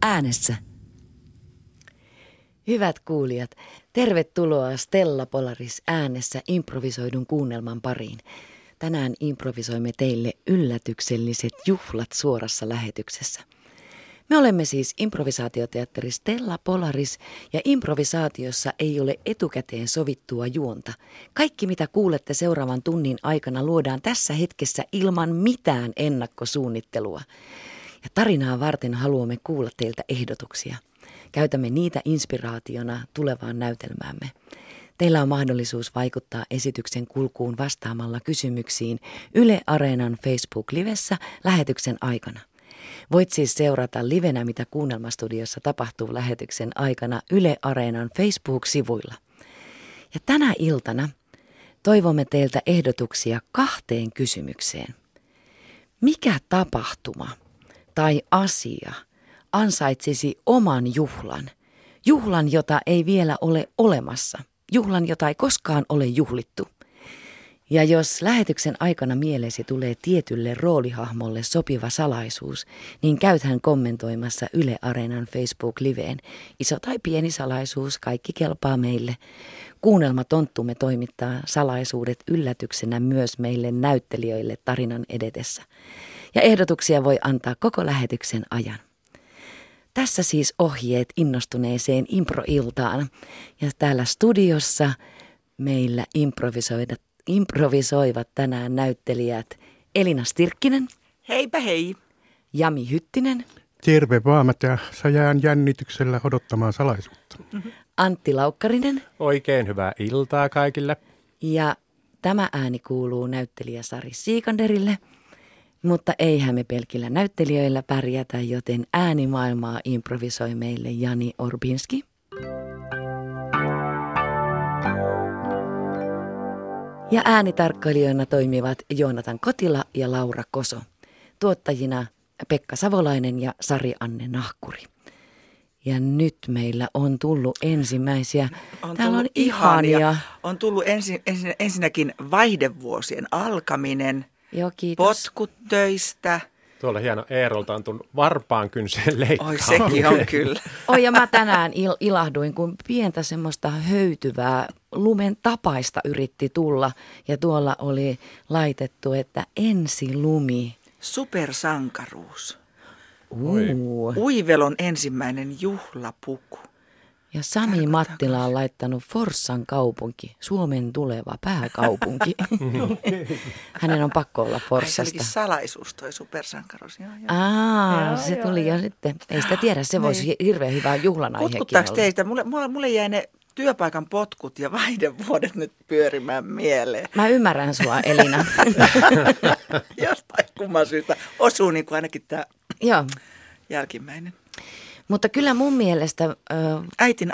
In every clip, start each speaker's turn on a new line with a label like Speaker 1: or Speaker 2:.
Speaker 1: äänessä. Hyvät kuulijat, tervetuloa Stella Polaris äänessä improvisoidun kuunnelman pariin. Tänään improvisoimme teille yllätykselliset juhlat suorassa lähetyksessä. Me olemme siis improvisaatioteatteri Stella Polaris ja improvisaatiossa ei ole etukäteen sovittua juonta. Kaikki mitä kuulette seuraavan tunnin aikana luodaan tässä hetkessä ilman mitään ennakkosuunnittelua. Ja tarinaa varten haluamme kuulla teiltä ehdotuksia. Käytämme niitä inspiraationa tulevaan näytelmäämme. Teillä on mahdollisuus vaikuttaa esityksen kulkuun vastaamalla kysymyksiin Yle Areenan Facebook-livessä lähetyksen aikana. Voit siis seurata livenä, mitä Kuunnelmastudiossa tapahtuu lähetyksen aikana Yle Areenan Facebook-sivuilla. Ja tänä iltana toivomme teiltä ehdotuksia 2 kysymykseen. Mikä tapahtuma tai asia ansaitsisi oman juhlan? Juhlan, jota ei vielä ole olemassa. Juhlan, jota ei koskaan ole juhlittu. Ja jos lähetyksen aikana mieleesi tulee tietylle roolihahmolle sopiva salaisuus, niin käythän kommentoimassa Yle Areenan Facebook-liveen. Iso tai pieni salaisuus, kaikki kelpaa meille. Kuunnelmatonttumme toimittaa salaisuudet yllätyksenä myös meille näyttelijöille tarinan edetessä. Ja ehdotuksia voi antaa koko lähetyksen ajan. Tässä siis ohjeet innostuneeseen improiltaan. Ja täällä studiossa meillä improvisoivat tänään näyttelijät Elina Stirkkinen.
Speaker 2: Heipä hei.
Speaker 1: Jami Hyttinen.
Speaker 3: Terve vaan, mä jään jännityksellä odottamaan salaisuutta.
Speaker 1: Antti Laukkarinen.
Speaker 4: Oikein hyvää iltaa kaikille.
Speaker 1: Ja tämä ääni kuuluu näyttelijä Sari Siikanderille. Mutta eihän me pelkillä näyttelijöillä pärjätä, joten äänimaailmaa improvisoi meille Jani Orbinski. Ja äänitarkkailijoina toimivat Joonatan Kotila ja Laura Koso. Tuottajina Pekka Savolainen ja Sari-Anne Nahkuri. Ja nyt meillä on tullut ensimmäisiä. Täällä on ihania.
Speaker 2: On tullut ensinnäkin vaihdevuosien alkaminen.
Speaker 1: Joo, kiitos.
Speaker 2: Potkut töistä.
Speaker 4: Tuolla hieno Eerolta on tullut varpaan kynseen leikkaus.
Speaker 2: Oi, sekin on kyllä.
Speaker 1: Oi, ja mä tänään ilahduin, kun pientä semmoista höytyvää lumen tapaista yritti tulla. Ja tuolla oli laitettu, että ensilumi.
Speaker 2: Supersankaruus.
Speaker 1: Uivelon
Speaker 2: ensimmäinen juhlapuku.
Speaker 1: Ja Sami Mattila on laittanut Forssan kaupunki, Suomen tuleva pääkaupunki. Hänen on pakko olla Forssasta.
Speaker 2: Se olikin salaisuus toi supersankaruus.
Speaker 1: Se tuli jo sitten. Ei sitä tiedä, se voisi hirveän hyvää juhlan aiheekin
Speaker 2: Kutkuttaako
Speaker 1: olla.
Speaker 2: teistä? Mulle jäi ne työpaikan potkut ja vaihdevuodet nyt pyörimään mieleen.
Speaker 1: Mä ymmärrän sua, Elina.
Speaker 2: Jostain kumman syystä osuu niin kuin ainakin tämä jälkimmäinen.
Speaker 1: Mutta kyllä mun mielestä...
Speaker 2: Äiti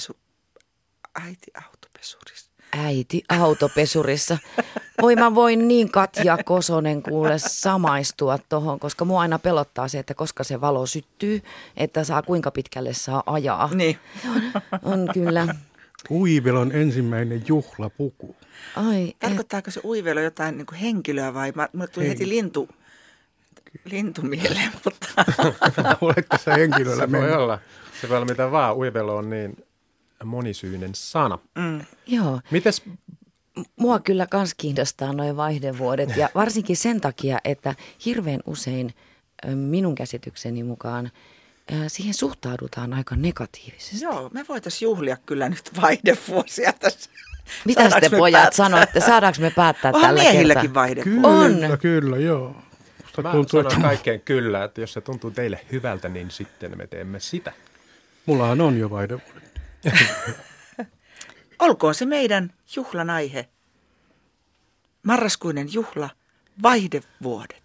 Speaker 2: autopesurissa.
Speaker 1: Mä voin niin Katja Kosonen kuule samaistua tohon, koska mua aina pelottaa se, että koska se valo syttyy, että kuinka pitkälle saa ajaa.
Speaker 2: Niin.
Speaker 1: On kyllä.
Speaker 3: Uivelon ensimmäinen juhlapuku.
Speaker 2: Tarkoittaako se uivelo jotain niin kuin henkilöä vai? Mulle tuli heti lintu mieleen, mutta...
Speaker 3: Oletko sä henkilöllä
Speaker 4: Se voi olla. Se voi olla mitä vaan. Uivelo on niin monisyinen sana.
Speaker 1: Joo.
Speaker 4: Mites?
Speaker 1: Mua kyllä kans kiinnostaa nuo vaihdevuodet ja varsinkin sen takia, että hirveän usein minun käsitykseni mukaan siihen suhtaudutaan aika negatiivisesti.
Speaker 2: Joo, me voitaisiin juhlia kyllä nyt vaihdevuosia tässä.
Speaker 1: Mitä te pojat sanoitte? Saadaanko me päättää tällä kertaa?
Speaker 2: Miehilläkin vaihdevuosia?
Speaker 3: Kyllä, joo.
Speaker 4: Mä sanon kaikkeen kyllä, että jos se tuntuu teille hyvältä, niin sitten me teemme sitä.
Speaker 3: Mullahan on jo vaihdevuodet.
Speaker 2: Olkoon se meidän juhlan aihe. Marraskuinen juhla, vaihdevuodet.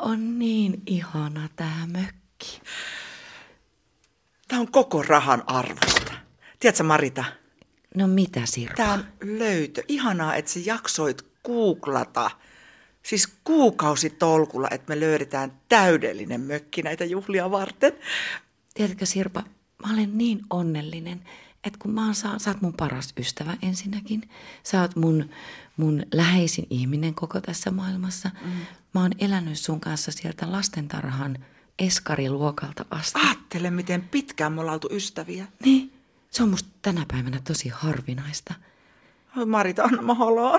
Speaker 1: on niin ihana tää mökki.
Speaker 2: Tää on koko rahan arvosta. Tiedätkö Marita?
Speaker 1: No mitä, Sirpa?
Speaker 2: Tää on löytö. Ihanaa, että sä jaksoit googlata. Siis kuukausitolkulla, että me löydetään täydellinen mökki näitä juhlia varten.
Speaker 1: Tiedätkö, Sirpa, mä olen niin onnellinen, että kun sä oot mun paras ystävä ensinnäkin. Sä oot mun läheisin ihminen koko tässä maailmassa. Mä oon elänyt sun kanssa sieltä lastentarhan eskariluokalta asti.
Speaker 2: Aattele, miten pitkään me ollaan oltu ystäviä.
Speaker 1: Niin, se on musta tänä päivänä tosi harvinaista.
Speaker 2: Oi Marita, anna mä haluan.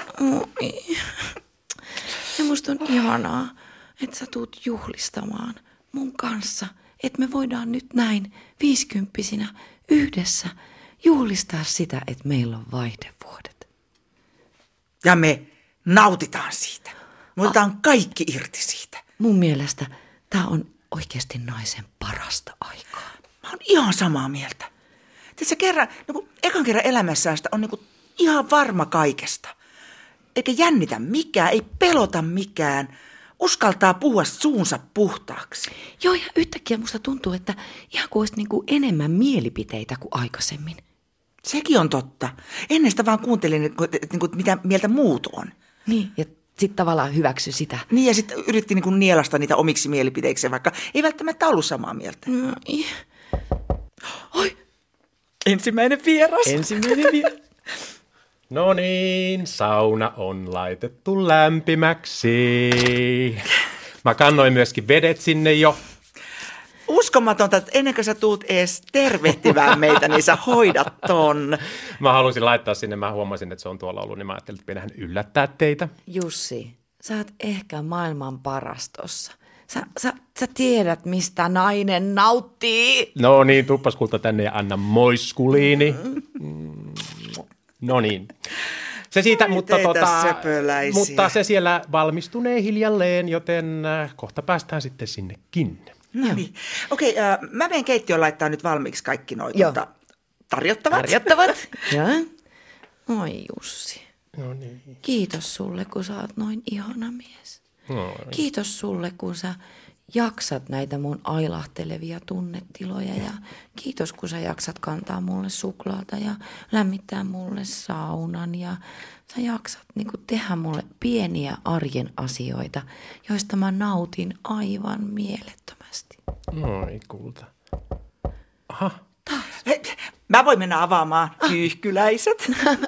Speaker 1: Ja musta on ihanaa, että sä tuut juhlistamaan mun kanssa, että me voidaan nyt näin 50-vuotiaina yhdessä juhlistaa sitä, että meillä on vaihdevuodet.
Speaker 2: Ja me nautitaan siitä. Me otetaan kaikki irti siitä.
Speaker 1: Mun mielestä tää on oikeasti naisen parasta aikaa.
Speaker 2: Mä oon ihan samaa mieltä. Tiedätkö, ekan kerran elämässään sitä on ihan varma kaikesta. Eikä jännitä mikään, ei pelota mikään. Uskaltaa puhua suunsa puhtaaksi.
Speaker 1: Joo, ja yhtäkkiä musta tuntuu, että ihan kuin olisi enemmän mielipiteitä kuin aikaisemmin.
Speaker 2: Sekin on totta. Ennen sitä vaan kuuntelin, mitä mieltä muut on.
Speaker 1: Niin, ja sitten tavallaan hyväksy sitä.
Speaker 2: Niin, ja sitten yritti nielasta niitä omiksi mielipiteiksi, vaikka ei välttämättä ollut samaa mieltä.
Speaker 1: Oi!
Speaker 2: Ensimmäinen vieras.
Speaker 4: No niin, sauna on laitettu lämpimäksi. Mä kannoin myöskin vedet sinne jo.
Speaker 2: Uskomatonta, että ennen kuin sä tuut ees tervehtivään meitä, niin sä hoidat ton.
Speaker 4: Mä halusin laittaa sinne, mä huomasin, että se on tuolla ollut, niin mä ajattelin, että minähän yllättää teitä.
Speaker 1: Jussi, sä oot ehkä maailman paras tossa. Sä tiedät, mistä nainen nauttii.
Speaker 4: No niin, tuppas kulta tänne ja anna moiskuliini. No niin. Se siitä, mutta se siellä valmistunee hiljalleen, joten kohta päästään sitten sinnekin.
Speaker 2: No niin. Okei, mä menen keittiöön laittaa nyt valmiiksi kaikki noi tarjottavat.
Speaker 1: Joo. Oi Jussi.
Speaker 4: No niin.
Speaker 1: Kiitos sulle, kun sä oot noin ihana mies.
Speaker 4: No.
Speaker 1: Kiitos sulle, kun sä jaksat näitä mun ailahtelevia tunnetiloja ja kiitos, kun sä jaksat kantaa mulle suklaata ja lämmittää mulle saunan ja sä jaksat tehdä mulle pieniä arjen asioita, joista mä nautin aivan mielettömästi.
Speaker 4: Oi kulta. Aha.
Speaker 2: Hei, mä voin mennä avaamaan kyyhkyläiset.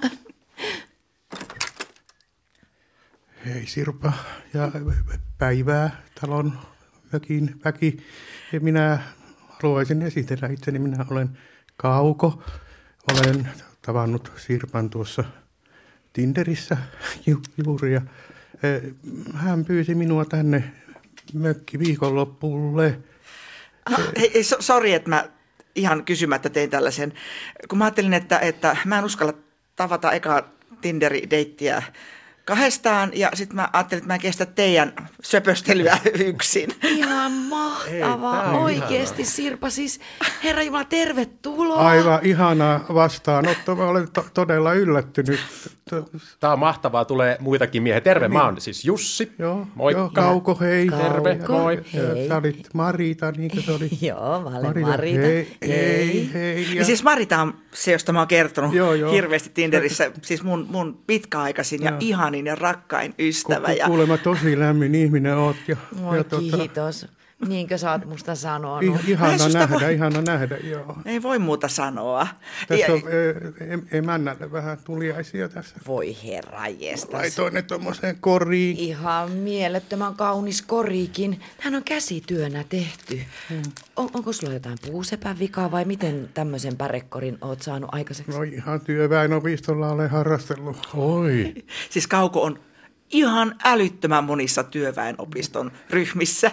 Speaker 3: Hei Sirpa ja päivää talon mökin väki. Ja minä haluaisin esitellä itseni. Minä olen Kauko. Olen tavannut Sirpan tuossa Tinderissä juuri. Ja hän pyysi minua tänne mökki viikonloppulle.
Speaker 2: Hei, sori, että mä ihan kysymättä tein tällaisen. Kun mä ajattelin, että mä en uskalla tavata ekaa Tinderi-deittiä kahdestaan, ja sitten mä ajattelin, että mä en kestä teidän söpöstelyä yksin.
Speaker 1: Ihan mahtavaa, oikeasti Sirpa, siis Herra Jumala, tervetuloa.
Speaker 3: Aivan ihanaa vastaanottoa, mä olen todella yllättynyt.
Speaker 4: Tää on mahtavaa, tulee muitakin miehiä. Terve, mä oon siis Jussi.
Speaker 3: Joo,
Speaker 4: moikka.
Speaker 3: Joo, Kauko, hei.
Speaker 4: Terve, moi.
Speaker 1: Hei.
Speaker 3: Sä olit Marita, niin kuin se oli.
Speaker 1: Joo, mä olen Marita.
Speaker 3: Hei.
Speaker 2: Ja siis Marita on se, josta mä oon kertonut
Speaker 3: Joo.
Speaker 2: hirveästi Tinderissä, siis mun pitkäaikaisin ja ihanin ja rakkain ystävä.
Speaker 3: Kuulemma tosi lämmin ihminen oot.
Speaker 1: Voi kiitos. Niinkö sä oot musta sanonut?
Speaker 3: Ihana nähdä, joo.
Speaker 2: Ei voi muuta sanoa.
Speaker 3: Tässä on emännälle vähän tuliaisia tässä.
Speaker 1: Voi herranjestas.
Speaker 3: Laitoin ne tommoseen koriin.
Speaker 1: Ihan mielettömän kaunis koriikin. Hän on käsityönä tehty. Onko sulla jotain puusepän vikaa vai miten tämmöisen pärekorin oot saanut aikaiseksi?
Speaker 3: No ihan työväenopistolla olen harrastellut.
Speaker 4: Oi.
Speaker 2: Siis Kauko on ihan älyttömän monissa työväenopiston ryhmissä.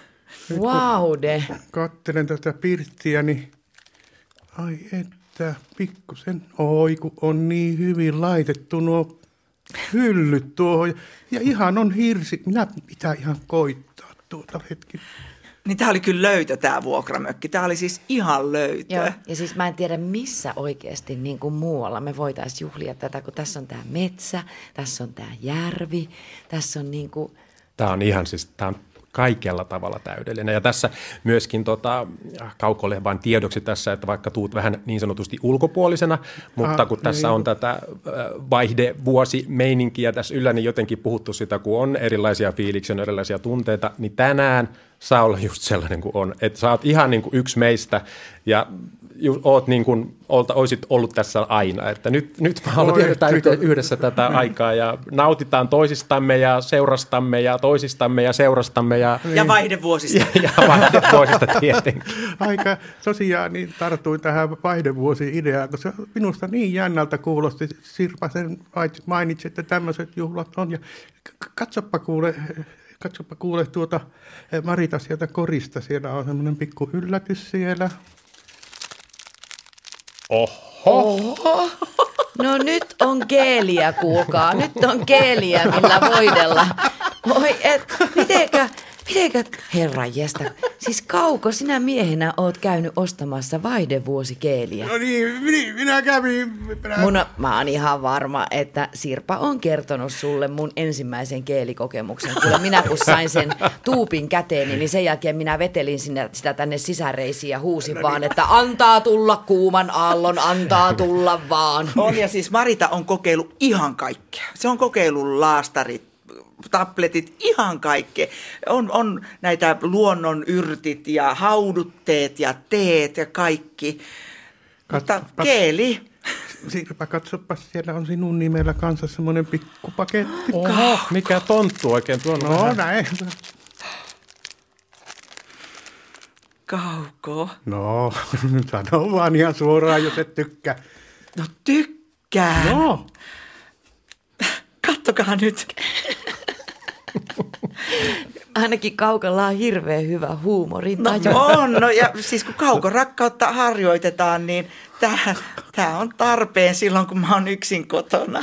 Speaker 1: Vaude.
Speaker 3: Kattelen tätä pirttiä, niin ai että pikkusen, kun on niin hyvin laitettu nuo hyllyt tuohon. Ja ihan on hirsi, minä pitää ihan koittaa tuota hetki.
Speaker 2: Niin tää oli kyllä löytö tää vuokramökki. Tää oli siis ihan löytö.
Speaker 1: Joo, ja siis mä en tiedä missä oikeasti niin kuin muualla me voitaisiin juhlia tätä, kun tässä on tää metsä, tässä on tää järvi, tässä on niin kuin...
Speaker 4: Tää on ihan siis, tää on kaikella tavalla täydellinen. Ja tässä myöskin Kaukolle vain tiedoksi tässä, että vaikka tuut vähän niin sanotusti ulkopuolisena, mutta kun tässä on tätä vaihdevuosimeininkiä tässä yllä, niin jotenkin puhuttu sitä, kun on erilaisia fiiliksiä, on erilaisia tunteita, niin tänään saa olla just sellainen kuin on. Että sä oot ihan niin kuin yksi meistä ja oot niin kuin, oisit ollut tässä aina. Että nyt me haluamme viettää yhdessä tätä aikaa ja nautitaan toisistamme ja seurastamme ja toisistamme ja seurastamme. Ja
Speaker 2: vaihdevuosista.
Speaker 4: Ja vaihdevuosista tietenkin.
Speaker 3: Aika tosiaan niin tartuin tähän vaihdevuosi-ideaan, koska minusta niin jännältä kuulosti. Sirpa sen mainitsi, että tämmöiset juhlat on. Ja katsoppa kuule Marita sieltä korista. Siellä on semmoinen pikku yllätys siellä.
Speaker 1: Oho. No nyt on geeliä, kuulkaa. Nyt on geeliä, millä voidella. Voi mitenkä, herranjestä. Siis Kauko, sinä miehenä oot käynyt ostamassa vaihdevuosikeeliä.
Speaker 3: No niin, minä kävin.
Speaker 1: Mä oon ihan varma, että Sirpa on kertonut sulle mun ensimmäisen keelikokemuksen. Kyllä minä kun sain sen tuupin käteeni, niin sen jälkeen minä vetelin sitä tänne sisäreisiin ja huusin vaan, että antaa tulla kuuman aallon, antaa tulla vaan.
Speaker 2: On ja siis Marita on kokeillut ihan kaikkea. Se on kokeillut laastarit, tabletit, ihan kaikkea. On näitä luonnon yrtit ja haudutteet ja teet ja kaikki. Mutta keeli.
Speaker 3: Sirpa, katsopa, siellä on sinun nimellä kanssa semmoinen pikkupaketti.
Speaker 4: Oho, mikä tonttu oikein tuon?
Speaker 3: No näin.
Speaker 2: Kauko.
Speaker 3: No, sano vaan ihan suoraan, jos et tykkää.
Speaker 2: No tykkään.
Speaker 3: No.
Speaker 2: Kattokaa nyt.
Speaker 1: Ainakin Kaukolla on hirveän hyvä huumorintaju.
Speaker 2: No on, no ja siis kun Kauko-rakkautta harjoitetaan, niin tämä on tarpeen silloin, kun mä oon yksin kotona.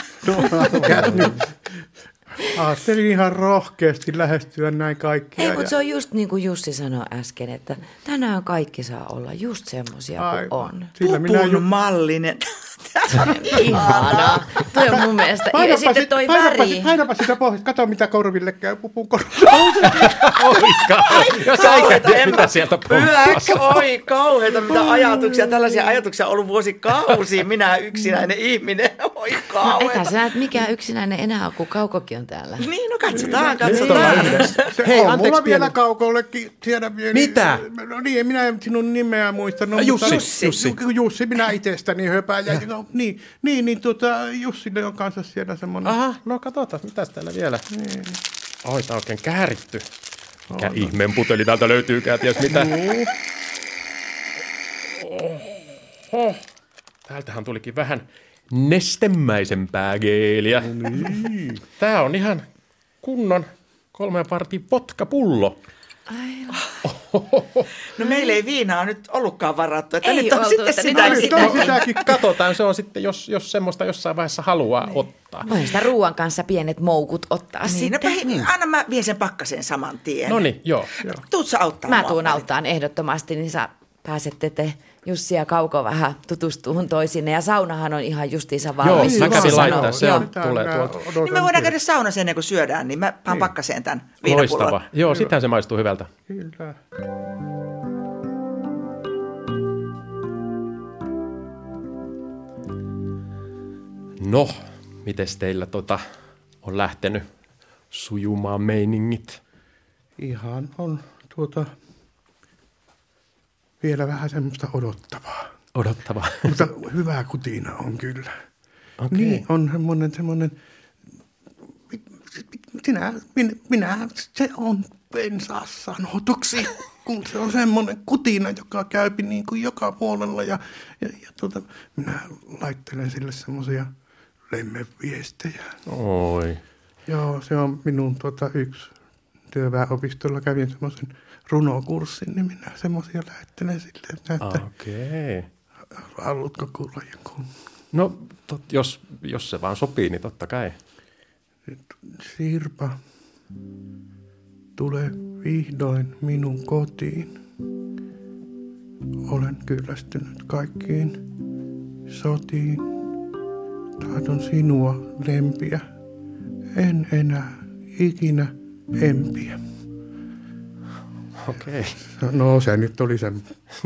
Speaker 3: Ajattelin ihan rohkeasti lähestyä näin kaikkia.
Speaker 1: Ei, mutta se on just niin kuin Jussi sanoi äsken, että tänään kaikki saa olla just semmoisia kuin on.
Speaker 2: Pupun mallinen.
Speaker 1: Ihanaa. Toi on mun mielestä. Ja sitten toi väri.
Speaker 3: Painapa sitä pohjasta. Kato, mitä korville käy pupun korville.
Speaker 4: Jos äikä mitä sieltä pomppasi.
Speaker 2: Oi, kauheita, mitä ajatuksia. Tällaisia ajatuksia on ollut vuosikausia. Minä yksinäinen ihminen. Oi, kauheita.
Speaker 1: No, ethän sä näet mikään yksinäinen enää, kun Kaukokin on täällä.
Speaker 2: Niin, no katsotaan.
Speaker 3: Hei, on mulla vielä Kaukollekin siellä pieni.
Speaker 4: Mitä?
Speaker 3: No niin, minä en sinun nimeä muista. No, Jussi, minä itsestäni höpään. Niin, Jussille on kanssa siellä semmoinen.
Speaker 4: Aha, no katsotaan, mitäs täällä vielä. Niin. Oi, tää on oikein kääritty. Mikä ihmeen puteli täältä löytyykään, ties mitä. Oho. Täältähän tulikin vähän nestemäisempää geeliä.
Speaker 3: Niin.
Speaker 4: Tää on ihan kunnon 3 partin potkapullo.
Speaker 1: Aivan.
Speaker 2: No meillä ei viinaa nyt ollutkaan varattu. Että
Speaker 1: ei
Speaker 2: nyt on
Speaker 1: oltu,
Speaker 2: sitten
Speaker 3: sitäkin.
Speaker 4: Katsotaan, se on sitten, jos semmoista jossain vaiheessa haluaa ottaa.
Speaker 1: Voin sitä ruoan kanssa pienet moukut ottaa sitten.
Speaker 2: Anna mä vien sen pakkaseen saman tien.
Speaker 4: No niin, joo.
Speaker 2: Tuut sä auttamaan?
Speaker 1: Mä tuun auttaan ehdottomasti, niin sä pääsette te Jussi ja Kauko vähän tutustumaan toisinne. Ja saunahan on ihan justiinsa valmis.
Speaker 4: Joo, mä kävin laittaa, se tulee tuolta.
Speaker 2: Niin me voidaan käydä saunassa ennen kuin syödään, niin mä paan pakkaseen tämän viinapullon.
Speaker 4: Loistava. Joo, sittenhän se maistuu hyvältä.
Speaker 3: Kyllä.
Speaker 4: No, mites teillä on lähtenyt sujumaan meiningit?
Speaker 3: Ihan on vielä vähän semmoista odottavaa.
Speaker 4: Odottavaa.
Speaker 3: Mutta hyvää kutina on kyllä.
Speaker 4: Okay.
Speaker 3: Niin, on semmoinen, se on pensaassanotoksi, kun se on semmoinen kutina, joka käypi niin kuin joka puolella ja minä laittelen sille semmoisia lemmenviestejä.
Speaker 4: Oi.
Speaker 3: Joo, se on minun yksi työväenopistolla kävin semmoisen runokurssin, niin minä semmoisia lähettelen sille, että
Speaker 4: okei.
Speaker 3: Haluatko kuulla jonkun?
Speaker 4: No, jos se vaan sopii, niin totta kai.
Speaker 3: Sirpa, tule vihdoin minun kotiin. Olen kyllästynyt kaikkiin sotiin. Tahdon sinua lempiä. En enää ikinä empiä.
Speaker 4: Okei.
Speaker 3: No se nyt oli sen.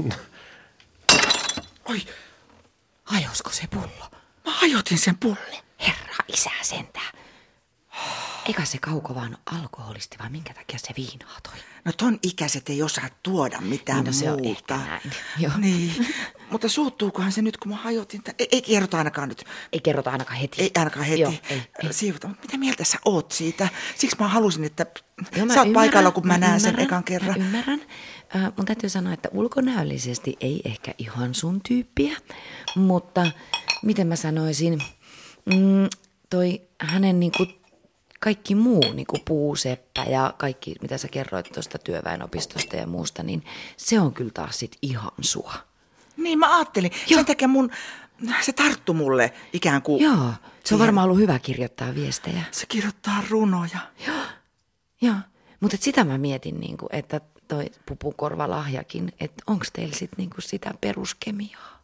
Speaker 2: Oi,
Speaker 1: Hajosko se pullo?
Speaker 2: mä hajotin sen pullon.
Speaker 1: Herra isä sentään. Eikä se Kauko vaan alkoholisti, vai minkä takia se viinaa toi?
Speaker 2: No ton ikäiset ei osaa tuoda mitään
Speaker 1: Niin, no se on
Speaker 2: muuta.
Speaker 1: ehkä näin. Joo.
Speaker 2: Niin, mutta suuttuukohan se nyt, kun mä hajotin tämän? Ei kerrota ainakaan nyt.
Speaker 1: Ei kerrota ainakaan heti.
Speaker 2: Ei ainakaan heti.
Speaker 1: Joo, ei.
Speaker 2: Siivuta, mutta mitä mieltä sä oot siitä? Siksi mä halusin, että
Speaker 1: Joo,
Speaker 2: sä oot paikalla, kun mä näen sen ekan kerran.
Speaker 1: Mä ymmärrän. Mun täytyy sanoa, että ulkonäöllisesti ei ehkä ihan sun tyyppiä, mutta miten mä sanoisin, toi hänen niinku kaikki muu niinku puuseppä ja kaikki, mitä sä kerroit tuosta työväenopistosta ja muusta, niin se on kyllä taas sit ihan sua.
Speaker 2: Niin, mä ajattelin.
Speaker 1: Joo.
Speaker 2: Sen takia se tarttu mulle ikään kuin.
Speaker 1: Joo, se on varmaan ollut hyvä kirjoittaa viestejä.
Speaker 2: Se kirjoittaa runoja.
Speaker 1: Joo, mutta sitä mä mietin, niinku, että toi pupukorvalahjakin, että onko teillä sitten niinku sitä peruskemiaa?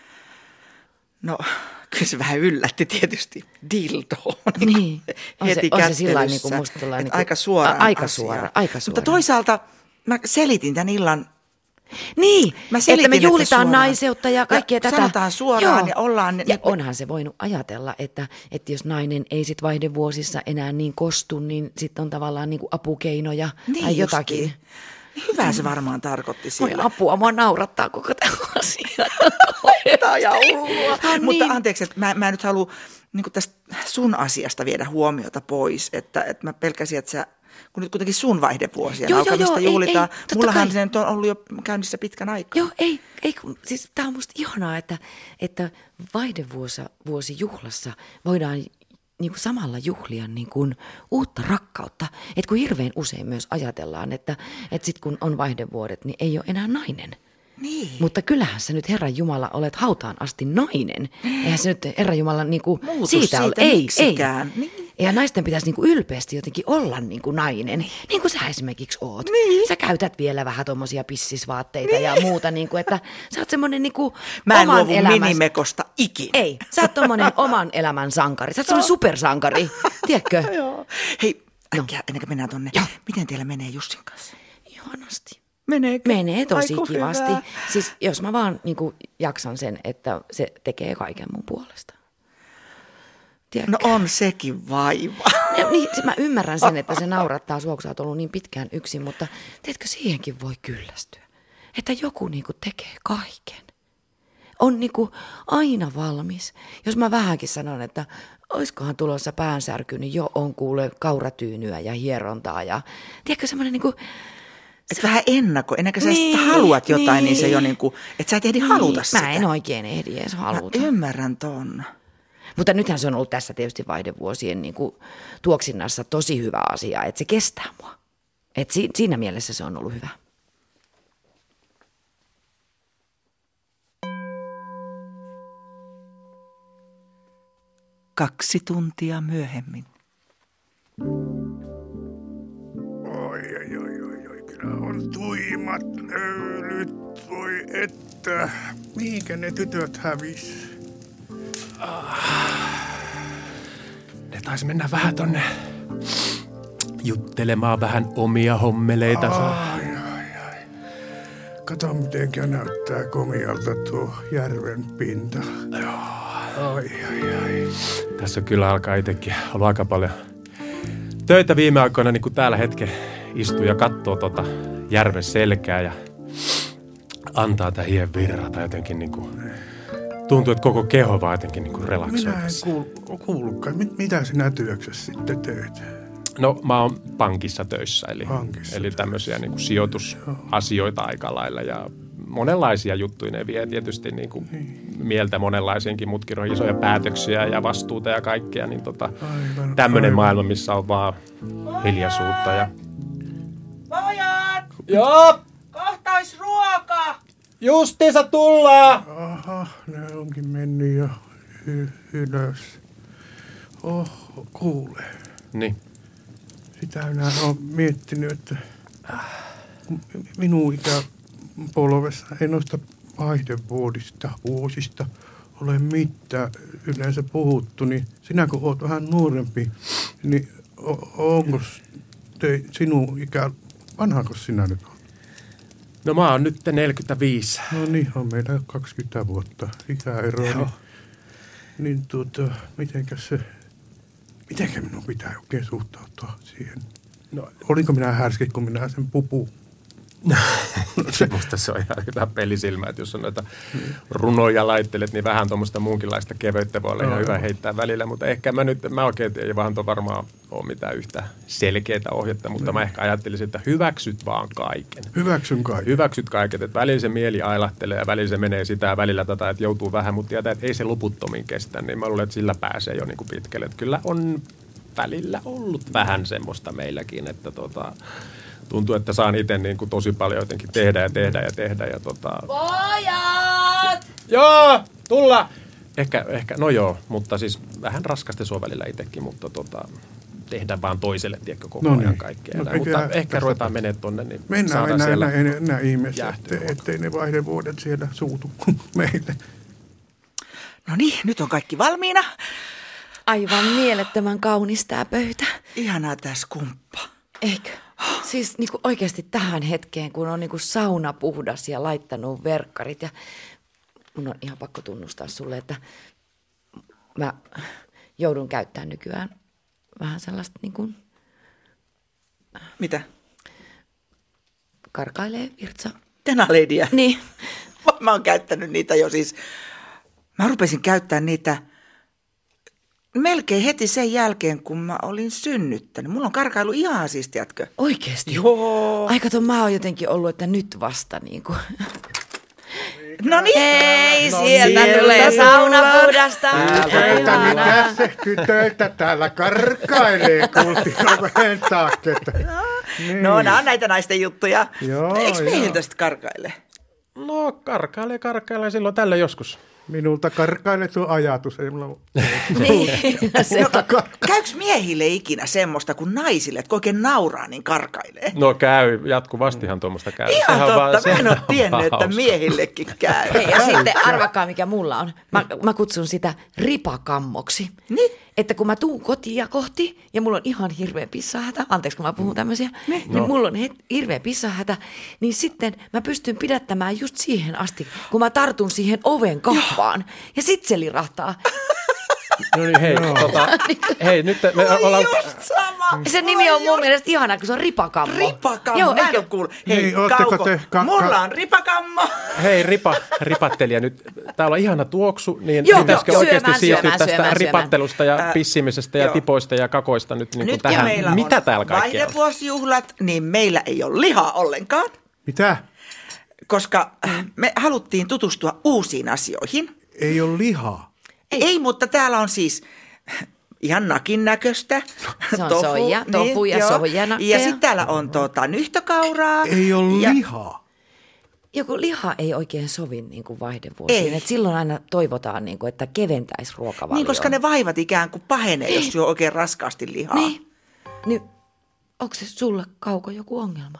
Speaker 2: No, kyllä se vähän yllätti tietysti dildo.
Speaker 1: Niin,
Speaker 2: heti
Speaker 1: on se sillain
Speaker 2: kättelyssä.
Speaker 1: niinku musta tulee niinku,
Speaker 2: Aika suoraan
Speaker 1: aika
Speaker 2: asiaan.
Speaker 1: suora, aika
Speaker 2: Mutta
Speaker 1: suoraan.
Speaker 2: toisaalta mä selitin tämän illan.
Speaker 1: Niin,
Speaker 2: Mä selitin,
Speaker 1: että me
Speaker 2: että
Speaker 1: juhlitaan
Speaker 2: suoraan.
Speaker 1: naiseutta ja kaikkea
Speaker 2: Ja
Speaker 1: tätä.
Speaker 2: sanotaan suoraan ja ollaan.
Speaker 1: Ja onhan se voinut ajatella, että jos nainen ei sit vaihdevuosissa enää niin kostu, niin sitten on tavallaan niinku apukeinoja
Speaker 2: Niin
Speaker 1: tai jotakin.
Speaker 2: justiin. Hyvä se varmaan tarkoitti
Speaker 1: Voi
Speaker 2: sillä.
Speaker 1: apua, mua naurattaa koko tämä asia.
Speaker 2: Tämä ja hullua.
Speaker 1: No
Speaker 2: Mutta
Speaker 1: niin.
Speaker 2: anteeksi, että mä nyt halua niin tästä sun asiasta viedä huomiota pois. Että mä pelkäsin, että sä, kun nyt kuitenkin sun vaihdevuosien alkamista juhlitaan.
Speaker 1: totta
Speaker 2: Mullahan
Speaker 1: kai.
Speaker 2: se nyt on ollut jo käynnissä pitkän aikaa.
Speaker 1: Joo, ei siis tämä on musta ihanaa, että vaihdevuosijuhlassa voidaan niinku samalla juhlia niinku uutta rakkautta. Että kun hirveän usein myös ajatellaan, että sit kun on vaihdevuodet, niin ei ole enää nainen.
Speaker 2: Niin.
Speaker 1: Mutta kyllähän sä nyt Herran Jumala olet hautaan asti nainen. Eihän se nyt Herran Jumala niinku
Speaker 2: Muutu
Speaker 1: siitä ole.
Speaker 2: siitä
Speaker 1: Ei.
Speaker 2: miksikään. Niin.
Speaker 1: Ja naisten pitäisi niinku ylpeästi jotenkin olla niinku nainen, niin kuin sä esimerkiksi oot.
Speaker 2: Niin.
Speaker 1: Sä käytät vielä vähän tommosia pissisvaatteita ja muuta, niinku, että sä oot semmonen niinku
Speaker 2: Mä en
Speaker 1: oman
Speaker 2: luovu
Speaker 1: elämäns...
Speaker 2: minimekosta ikinä.
Speaker 1: Ei, sä oot tommonen oman elämän sankari. Sä oot semmonen supersankari, tiedätkö?
Speaker 2: Joo. Hei, äkkiä, ennen kuin mennään tonne.
Speaker 1: Joo.
Speaker 2: Miten teillä menee Jussin kanssa?
Speaker 1: Ihanasti.
Speaker 2: Meneekö?
Speaker 1: Menee tosi
Speaker 2: Aiku
Speaker 1: kivasti.
Speaker 2: hyvä.
Speaker 1: Siis jos mä vaan niinku jaksan sen, että se tekee kaiken mun puolesta. Tiedätkö?
Speaker 2: No on sekin vaiva.
Speaker 1: Niin, mä ymmärrän sen, että se naurattaa sua, kun sä oot ollut niin pitkään yksin, mutta tiedätkö, siihenkin voi kyllästyä. Että joku niinku tekee kaiken. On niinku aina valmis. Jos mä vähänkin sanon, että oiskohan tulossa päänsärky, niin jo on kuule kauratyynyä ja hierontaa. Ja tiedätkö, semmoinen niinku...
Speaker 2: Et vähän ennen kuin sä
Speaker 1: Niin,
Speaker 2: haluat jotain, niin se jo
Speaker 1: niin.
Speaker 2: niinku, että sä et ehdi haluta sitä.
Speaker 1: Mä en oikein ehdi edes haluta.
Speaker 2: Mä ymmärrän ton.
Speaker 1: Mutta nythän se on ollut tässä tietysti vaihdevuosien niinku tuoksinnassa tosi hyvä asia, että se kestää mua. Et siinä mielessä se on ollut hyvä.
Speaker 2: Kaksi tuntia myöhemmin.
Speaker 3: Oi, kyllä on tuimat nöylyt, voi että. Mihinkä ne tytöt hävis?
Speaker 4: Ne taisi mennä vähän tonne juttelemaan vähän omia hommeleitansa.
Speaker 3: Ai. Kato, mitenkä näyttää komialta tuo järven pinta. Ai.
Speaker 4: Tässä kyllä alkaa itsekin olla aika paljon töitä viime aikoina, niin kuin täällä hetken istuu ja katsoo järven selkää ja antaa tämän hien virrata jotenkin niin kuin, tuntuu, että koko keho vaan jotenkin niin kuin relaksoi.
Speaker 3: Minä en kuullutkaan. Mitä sinä työksessä sitten teet?
Speaker 4: No mä oon pankissa töissä,
Speaker 3: Pankissa
Speaker 4: eli tämmöisiä niin kuin sijoitusasioita aika lailla ja monenlaisia juttuja ne vie tietysti niin kuin mieltä monenlaisiinkin, mutkin on isoja päätöksiä ja vastuuta ja kaikkea, niin tämmöinen maailma, missä on vaan hiljaisuutta ja...
Speaker 2: Pojat!
Speaker 4: Joo!
Speaker 2: Kohtais ruoka!
Speaker 4: Justiinsa tullaan!
Speaker 3: Aha, ne onkin mennyt jo ylös. Kuule.
Speaker 4: Niin.
Speaker 3: Sitä minä olen miettinyt, että minun ikäpolvessa ei noista vuosista ole mitään yleensä puhuttu, niin sinä kun olet vähän nuorempi, niin onko sinun ikä, vanhako sinä nyt on?
Speaker 4: No mä oon nyt 45.
Speaker 3: No niin, on meillä 20 vuotta ikäero. Mitenkä minun pitää oikein suhtautua siihen? No, olinko minä härski, kun minä sen pupuun?
Speaker 4: Musta se on ihan hyvä pelisilmä, että jos on noita runoja laittelet, niin vähän tuommoista muunkinlaista keveyttä voi olla ihan hyvä heittää välillä, mutta ehkä mä oikein ei vaan varmaan ole mitään yhtä selkeää ohjetta, mutta mä ehkä ajattelisin, että hyväksyt vaan kaiken.
Speaker 3: Hyväksyn kaiken.
Speaker 4: Hyväksyt kaiken, että välillä se mieli ailahtelee ja välillä se menee sitä ja välillä tätä, että joutuu vähän, mutta tietää, että ei se loputtomin kestä, niin mä luulen, että sillä pääsee jo niin kuin pitkälle. Että kyllä on välillä ollut vähän semmoista meilläkin, että tuntuu, että saan itse niin kuin tosi paljon jotenkin tehdä.
Speaker 5: Pojat!
Speaker 4: Joo, tulla! Ehkä, no joo, mutta siis vähän raskasti se on välillä itsekin, mutta tehdään vaan toiselle, tiedätkö, koko ajan kaikkea. No, mutta ehkä ruvetaan menemään tonne, niin saadaan siellä
Speaker 3: Mennään ihmeessä, ettei ne vaihdevuodet siellä suutu meille.
Speaker 2: No niin, nyt on kaikki valmiina.
Speaker 1: Aivan mielettömän kaunis tää pöytä.
Speaker 2: Ihanaa tää skumppa.
Speaker 1: Eikö? Siis niinku oikeasti tähän hetkeen, kun on niinku sauna puhdas ja laittanut verkkarit ja mun on ihan pakko tunnustaa sulle, että mä joudun käyttämään nykyään vähän sellaista niinku...
Speaker 2: Mitä?
Speaker 1: Karkailee virtsa.
Speaker 2: Tenaledia.
Speaker 1: Niin.
Speaker 2: Mä oon käyttänyt niitä jo siis. Mä rupesin käyttämään niitä melkein heti sen jälkeen, kun mä olin synnyttänyt. Mulla on karkailu ihan siis, tiedätkö?
Speaker 1: Oikeesti?
Speaker 2: Joo.
Speaker 1: Ai kato, mä oon jotenkin ollut, että nyt vasta niinku...
Speaker 2: No niin.
Speaker 1: Hei, sieltä tulee saunapuhdasta.
Speaker 3: Mitä se tytöitä täällä karkailee, kuultiin oveen taakse.
Speaker 2: Niin. No, nämä on näitä naisten juttuja.
Speaker 3: Joo,
Speaker 2: eikö miehiltä sitten karkaile?
Speaker 4: No, karkailee silloin tällä joskus.
Speaker 3: Minulta karkailee tuo ajatus. Ei mulla...
Speaker 1: Niin,
Speaker 2: Käykö miehille ikinä semmoista kuin naisille, että kun oikein nauraa, niin karkailee?
Speaker 4: No käy, jatkuvastihan tuommoista käy.
Speaker 2: Ihan totta, mä en ole tiennyt, että miehillekin käy.
Speaker 1: Hei, ja sitten arvakaa, mikä mulla on. Mä kutsun sitä ripakammoksi.
Speaker 2: Niin?
Speaker 1: Että kun mä tuun kotia kohti ja mulla on ihan hirveä pissahätä, anteeksi kun mä puhun tämmöisiä, niin mulla on hirveä pissahätä, niin sitten mä pystyn pidättämään just siihen asti, kun mä tartun siihen oven kahvaan ja sit se lirahtaa.
Speaker 4: No niin, hei, nyt me ollaan...
Speaker 2: Just sama.
Speaker 1: Sen nimi on mun mielestä ihana, kun se on ripakammo.
Speaker 2: Ripakammo,
Speaker 1: Joo,
Speaker 2: mä en ole kuullut. Hei,
Speaker 3: niin,
Speaker 2: Kauko, mulla on ripakammo.
Speaker 4: Hei, ripattelija nyt. Täällä on ihana tuoksu, niin pitäisikö oikeasti siirtyä tästä ripattelusta ja pissimisestä ja tipoista ja kakoista nyt niin kuin tähän.
Speaker 2: Meillä
Speaker 4: mitä täällä kaikkea on?
Speaker 2: Vaihdevuosijuhlat, niin meillä ei ole lihaa ollenkaan.
Speaker 3: Mitä?
Speaker 2: Koska me haluttiin tutustua uusiin asioihin.
Speaker 3: Ei ole lihaa.
Speaker 2: Ei, mutta täällä on siis ihan nakin näköistä.
Speaker 1: Se on tofu ja soijanakkeja.
Speaker 2: Ja sitten täällä on nyhtökauraa.
Speaker 3: Ei ole lihaa.
Speaker 1: Joku liha ei oikein sovi niin kuin vaihdevuosiin. Et silloin aina toivotaan, niin kuin, että keventäisi ruokavalioon.
Speaker 2: Niin, koska ne vaivat ikään kuin pahenee, jos syö oikein raskaasti lihaa.
Speaker 1: Niin, onko se sulle, Kauko, joku ongelma?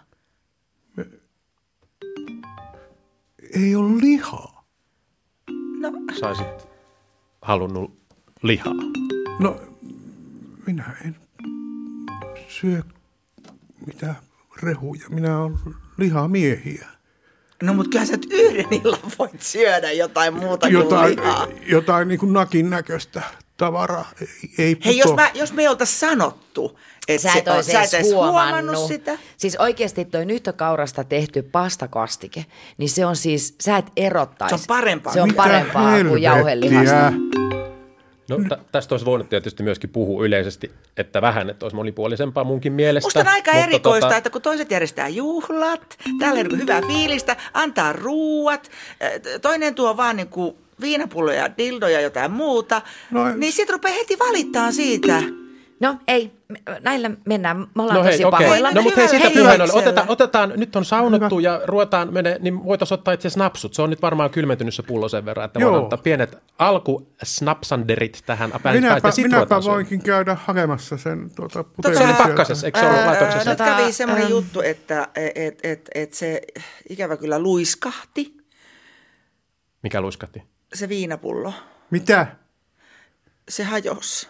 Speaker 3: Ei ole lihaa.
Speaker 2: No.
Speaker 4: Saisit halunnut lihaa.
Speaker 3: No, minä en syö mitään rehuja. Minä olen lihamiehiä.
Speaker 2: No, mutta kyllä sä yhden illan voit syödä jotain muuta kuin lihaa.
Speaker 3: Jotain niin kuin nakin näköistä tavaraa. Ei
Speaker 2: hei, jos me ei oltaisi sanottu, että sä et edes huomannut sitä.
Speaker 1: Siis oikeasti toi nyhtökaurasta tehty pastakastike, niin se on siis, sä et erottaisi.
Speaker 2: Se on parempaa.
Speaker 1: Se on parempaa kuin jauhelihasta.
Speaker 4: No tästä olisi voinut tietysti myöskin puhua yleisesti, että vähän, että olisi monipuolisempaa munkin mielestä.
Speaker 2: Musta on aika erikoista, että kun toiset järjestää juhlat, täällä on hyvää fiilistä, antaa ruuat, toinen tuo vaan niin kuin viinapulloja, dildoja ja jotain muuta, niin sit rupeaa heti valittaa siitä.
Speaker 1: No ei, näillä mennään, me ollaan tosi pahoilla.
Speaker 4: No mutta hei, siitä pyhän oli. Otetaan, nyt on saunottu ja ruvetaan mene, niin voitaisiin ottaa itse snapsut. Se on nyt varmaan kylmentynyt se pullo sen verran, että voidaan ottaa pienet alkusnapsanderit tähän.
Speaker 3: Minäpä voinkin käydä hakemassa sen putelin.
Speaker 4: Se oli pakkasessa, eikö se ollut laitoksessa?
Speaker 2: Nyt kävi semmoinen juttu, että se ikävä kyllä luiskahti.
Speaker 4: Mikä luiskahti?
Speaker 2: Se viinapullo.
Speaker 3: Mitä?
Speaker 2: Se hajosi.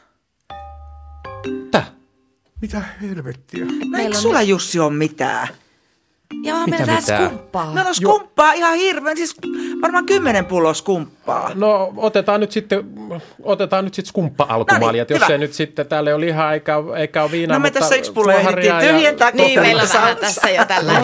Speaker 3: Mitä helvettiä?
Speaker 2: No eikö sulla, Jussi, ole mitään?
Speaker 1: Ja mä menen skumppaa.
Speaker 2: Meillä on skumppaa ihan hirveän, siis varmaan 10 pulloa skumppaa.
Speaker 4: No otetaan nyt sitten skumppa-alkumaalia, että jos se nyt sitten, täällä ei ole lihaa eikä ole viinaa,
Speaker 2: me
Speaker 4: mutta
Speaker 2: tässä yksi pullo ehdittiin tyhjentää.
Speaker 1: Niin, meillä on vähän tässä jo tällä.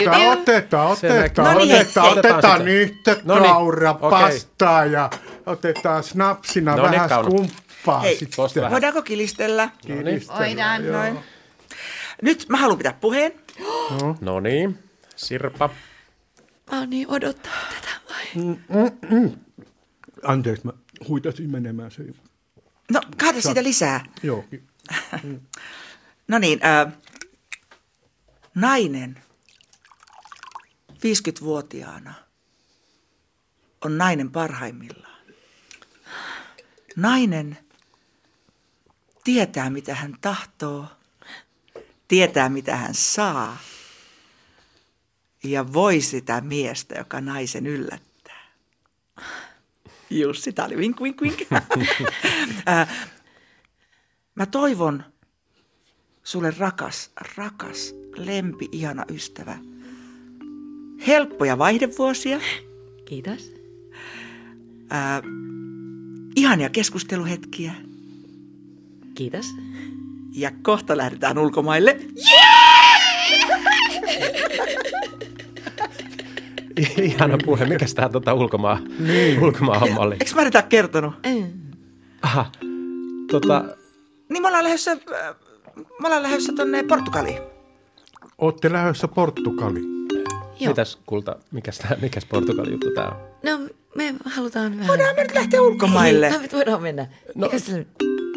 Speaker 3: Otetaan yhtä kaurapastaa ja otetaan snapsina vähän skumppaa.
Speaker 2: Hei, voidaanko kilistellä?
Speaker 1: Voidaan.
Speaker 2: Noin. Nyt mä haluan pitää puheen.
Speaker 4: No niin, Sirpa.
Speaker 1: Mä niin odottaa tätä vai?
Speaker 3: Anteeksi, mä huitasin menemään se.
Speaker 2: No, kaada siitä lisää.
Speaker 3: Joo.
Speaker 2: No niin, nainen 50-vuotiaana on nainen parhaimmillaan. Nainen tietää, mitä hän tahtoo, tietää, mitä hän saa ja voi sitä miestä, joka naisen yllättää. Jussi, tää oli vink, vink, vink. Mä toivon sulle rakas, lempi, ihana ystävä. Helppoja vaihdevuosia.
Speaker 1: Kiitos.
Speaker 2: Ihania keskusteluhetkiä.
Speaker 1: Kiitos.
Speaker 2: Ja kohta lähdetään ulkomaille.
Speaker 4: Ihana puhe. Mikäs tää ulkomaan homma oli?
Speaker 2: Eikö Marita kertonut?
Speaker 4: Aha,
Speaker 2: Niin me ollaan lähdössä tonne Portugaliin.
Speaker 3: Ootte lähdössä Portugaliin.
Speaker 1: Joo.
Speaker 4: Mitäs kulta, mikäs Portugalin juttu tää on?
Speaker 1: No, me halutaan vähän.
Speaker 2: Voidaan me nyt lähteä ulkomaille.
Speaker 1: Me voidaan mennä.
Speaker 4: No,
Speaker 1: Mikäs se nyt?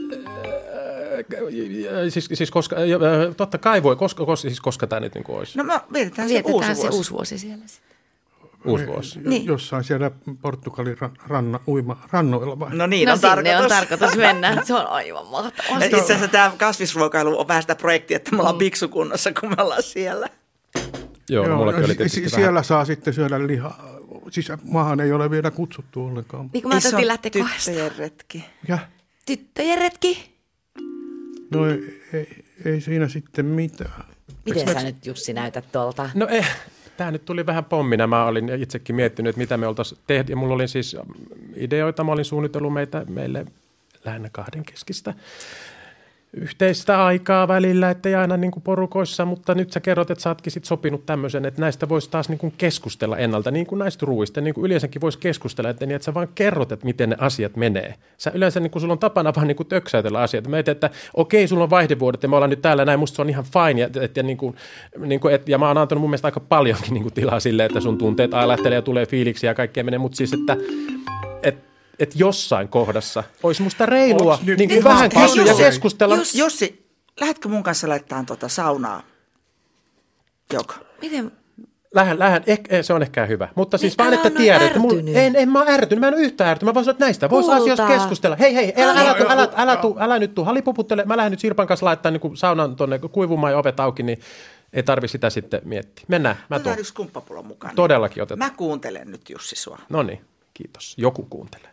Speaker 4: Siis koska, totta kai voi, koska tämä nyt niin kuin olisi?
Speaker 2: No me vietetään se uusi vuosi
Speaker 1: siellä sitten.
Speaker 4: Uusi vuosi.
Speaker 1: Niin.
Speaker 3: Jossain siellä Portugalin rannoilla vai?
Speaker 2: No niin,
Speaker 1: no
Speaker 2: on
Speaker 1: sinne
Speaker 2: tarkoitus.
Speaker 1: on tarkoitus mennä. Se on aivan mahtavaa.
Speaker 2: Itse asiassa tämä kasvisruokailu on vähän sitä projektia, että me ollaan biksukunnossa, kun me ollaan siellä.
Speaker 4: Joo, mullakin oli tietysti
Speaker 3: siellä
Speaker 4: vähän.
Speaker 3: saa sitten syödä lihaa. Siis maahan ei ole vielä kutsuttu ollenkaan.
Speaker 1: Niin kuin mä ajattelin lähteä kahdesta.
Speaker 2: Tyttöjen retki.
Speaker 3: Ja?
Speaker 1: Tyttöjen retki?
Speaker 3: No ei siinä sitten mitään.
Speaker 1: Miten sä nyt, Jussi, näytät tuolta?
Speaker 4: No tämä nyt tuli vähän pommina. Mä olin itsekin miettinyt, että mitä me oltaisiin tehty. Ja mulla oli siis ideoita. Mä olin suunnitellut meille lähinnä kahdenkeskistä yhteistä aikaa välillä, ettei aina niin kuin porukoissa, mutta nyt sä kerrot, että sä ootkin sit sopinut tämmöisen, että näistä voisi taas niin kuin keskustella ennalta, niin kuin näistä ruuista, niin kuin yleensäkin voisi keskustella, että, niin, että sä vaan kerrot, että miten ne asiat menee. Sä yleensä, niin kuin sulla on tapana vaan niin kuin töksäytellä asioita. Mä että okei, sulla on vaihdevuodet ja me ollaan nyt täällä näin, musta se on ihan fine, ja mä oon antanut mun mielestä aika paljonkin niin kuin tilaa sille, että sun tunteet ailahtelee ja tulee fiiliksiä ja kaikkea menee, mutta siis, että jossain kohdassa olisi musta reilua niin kuin vähän kysyä ja keskustella.
Speaker 2: Jussi, lähdetkö mun kanssa laittamaan saunaa? Joko?
Speaker 1: Miten?
Speaker 4: Lähden. Se on ehkä hyvä. Mutta siis
Speaker 1: Niin,
Speaker 4: vaan, että tiedät. En mä ole ärtynyt. Mä en ole yhtään ärtynyt. Mä vaan sanon, että näistä voisi asioista keskustella. Hei, älä nyt tuu halipuputtele. Mä lähden nyt Sirpan kanssa laittaa niin saunan tuonne kuivumaan ja ovet auki, niin ei tarvi sitä sitten miettiä. Mennään, mä tuon.
Speaker 2: yksi kumppapullon mukaan.
Speaker 4: Todellakin otetaan.
Speaker 2: Mä kuuntelen nyt, Jussi, sua.
Speaker 4: No niin, kiitos. Joku kuuntelee.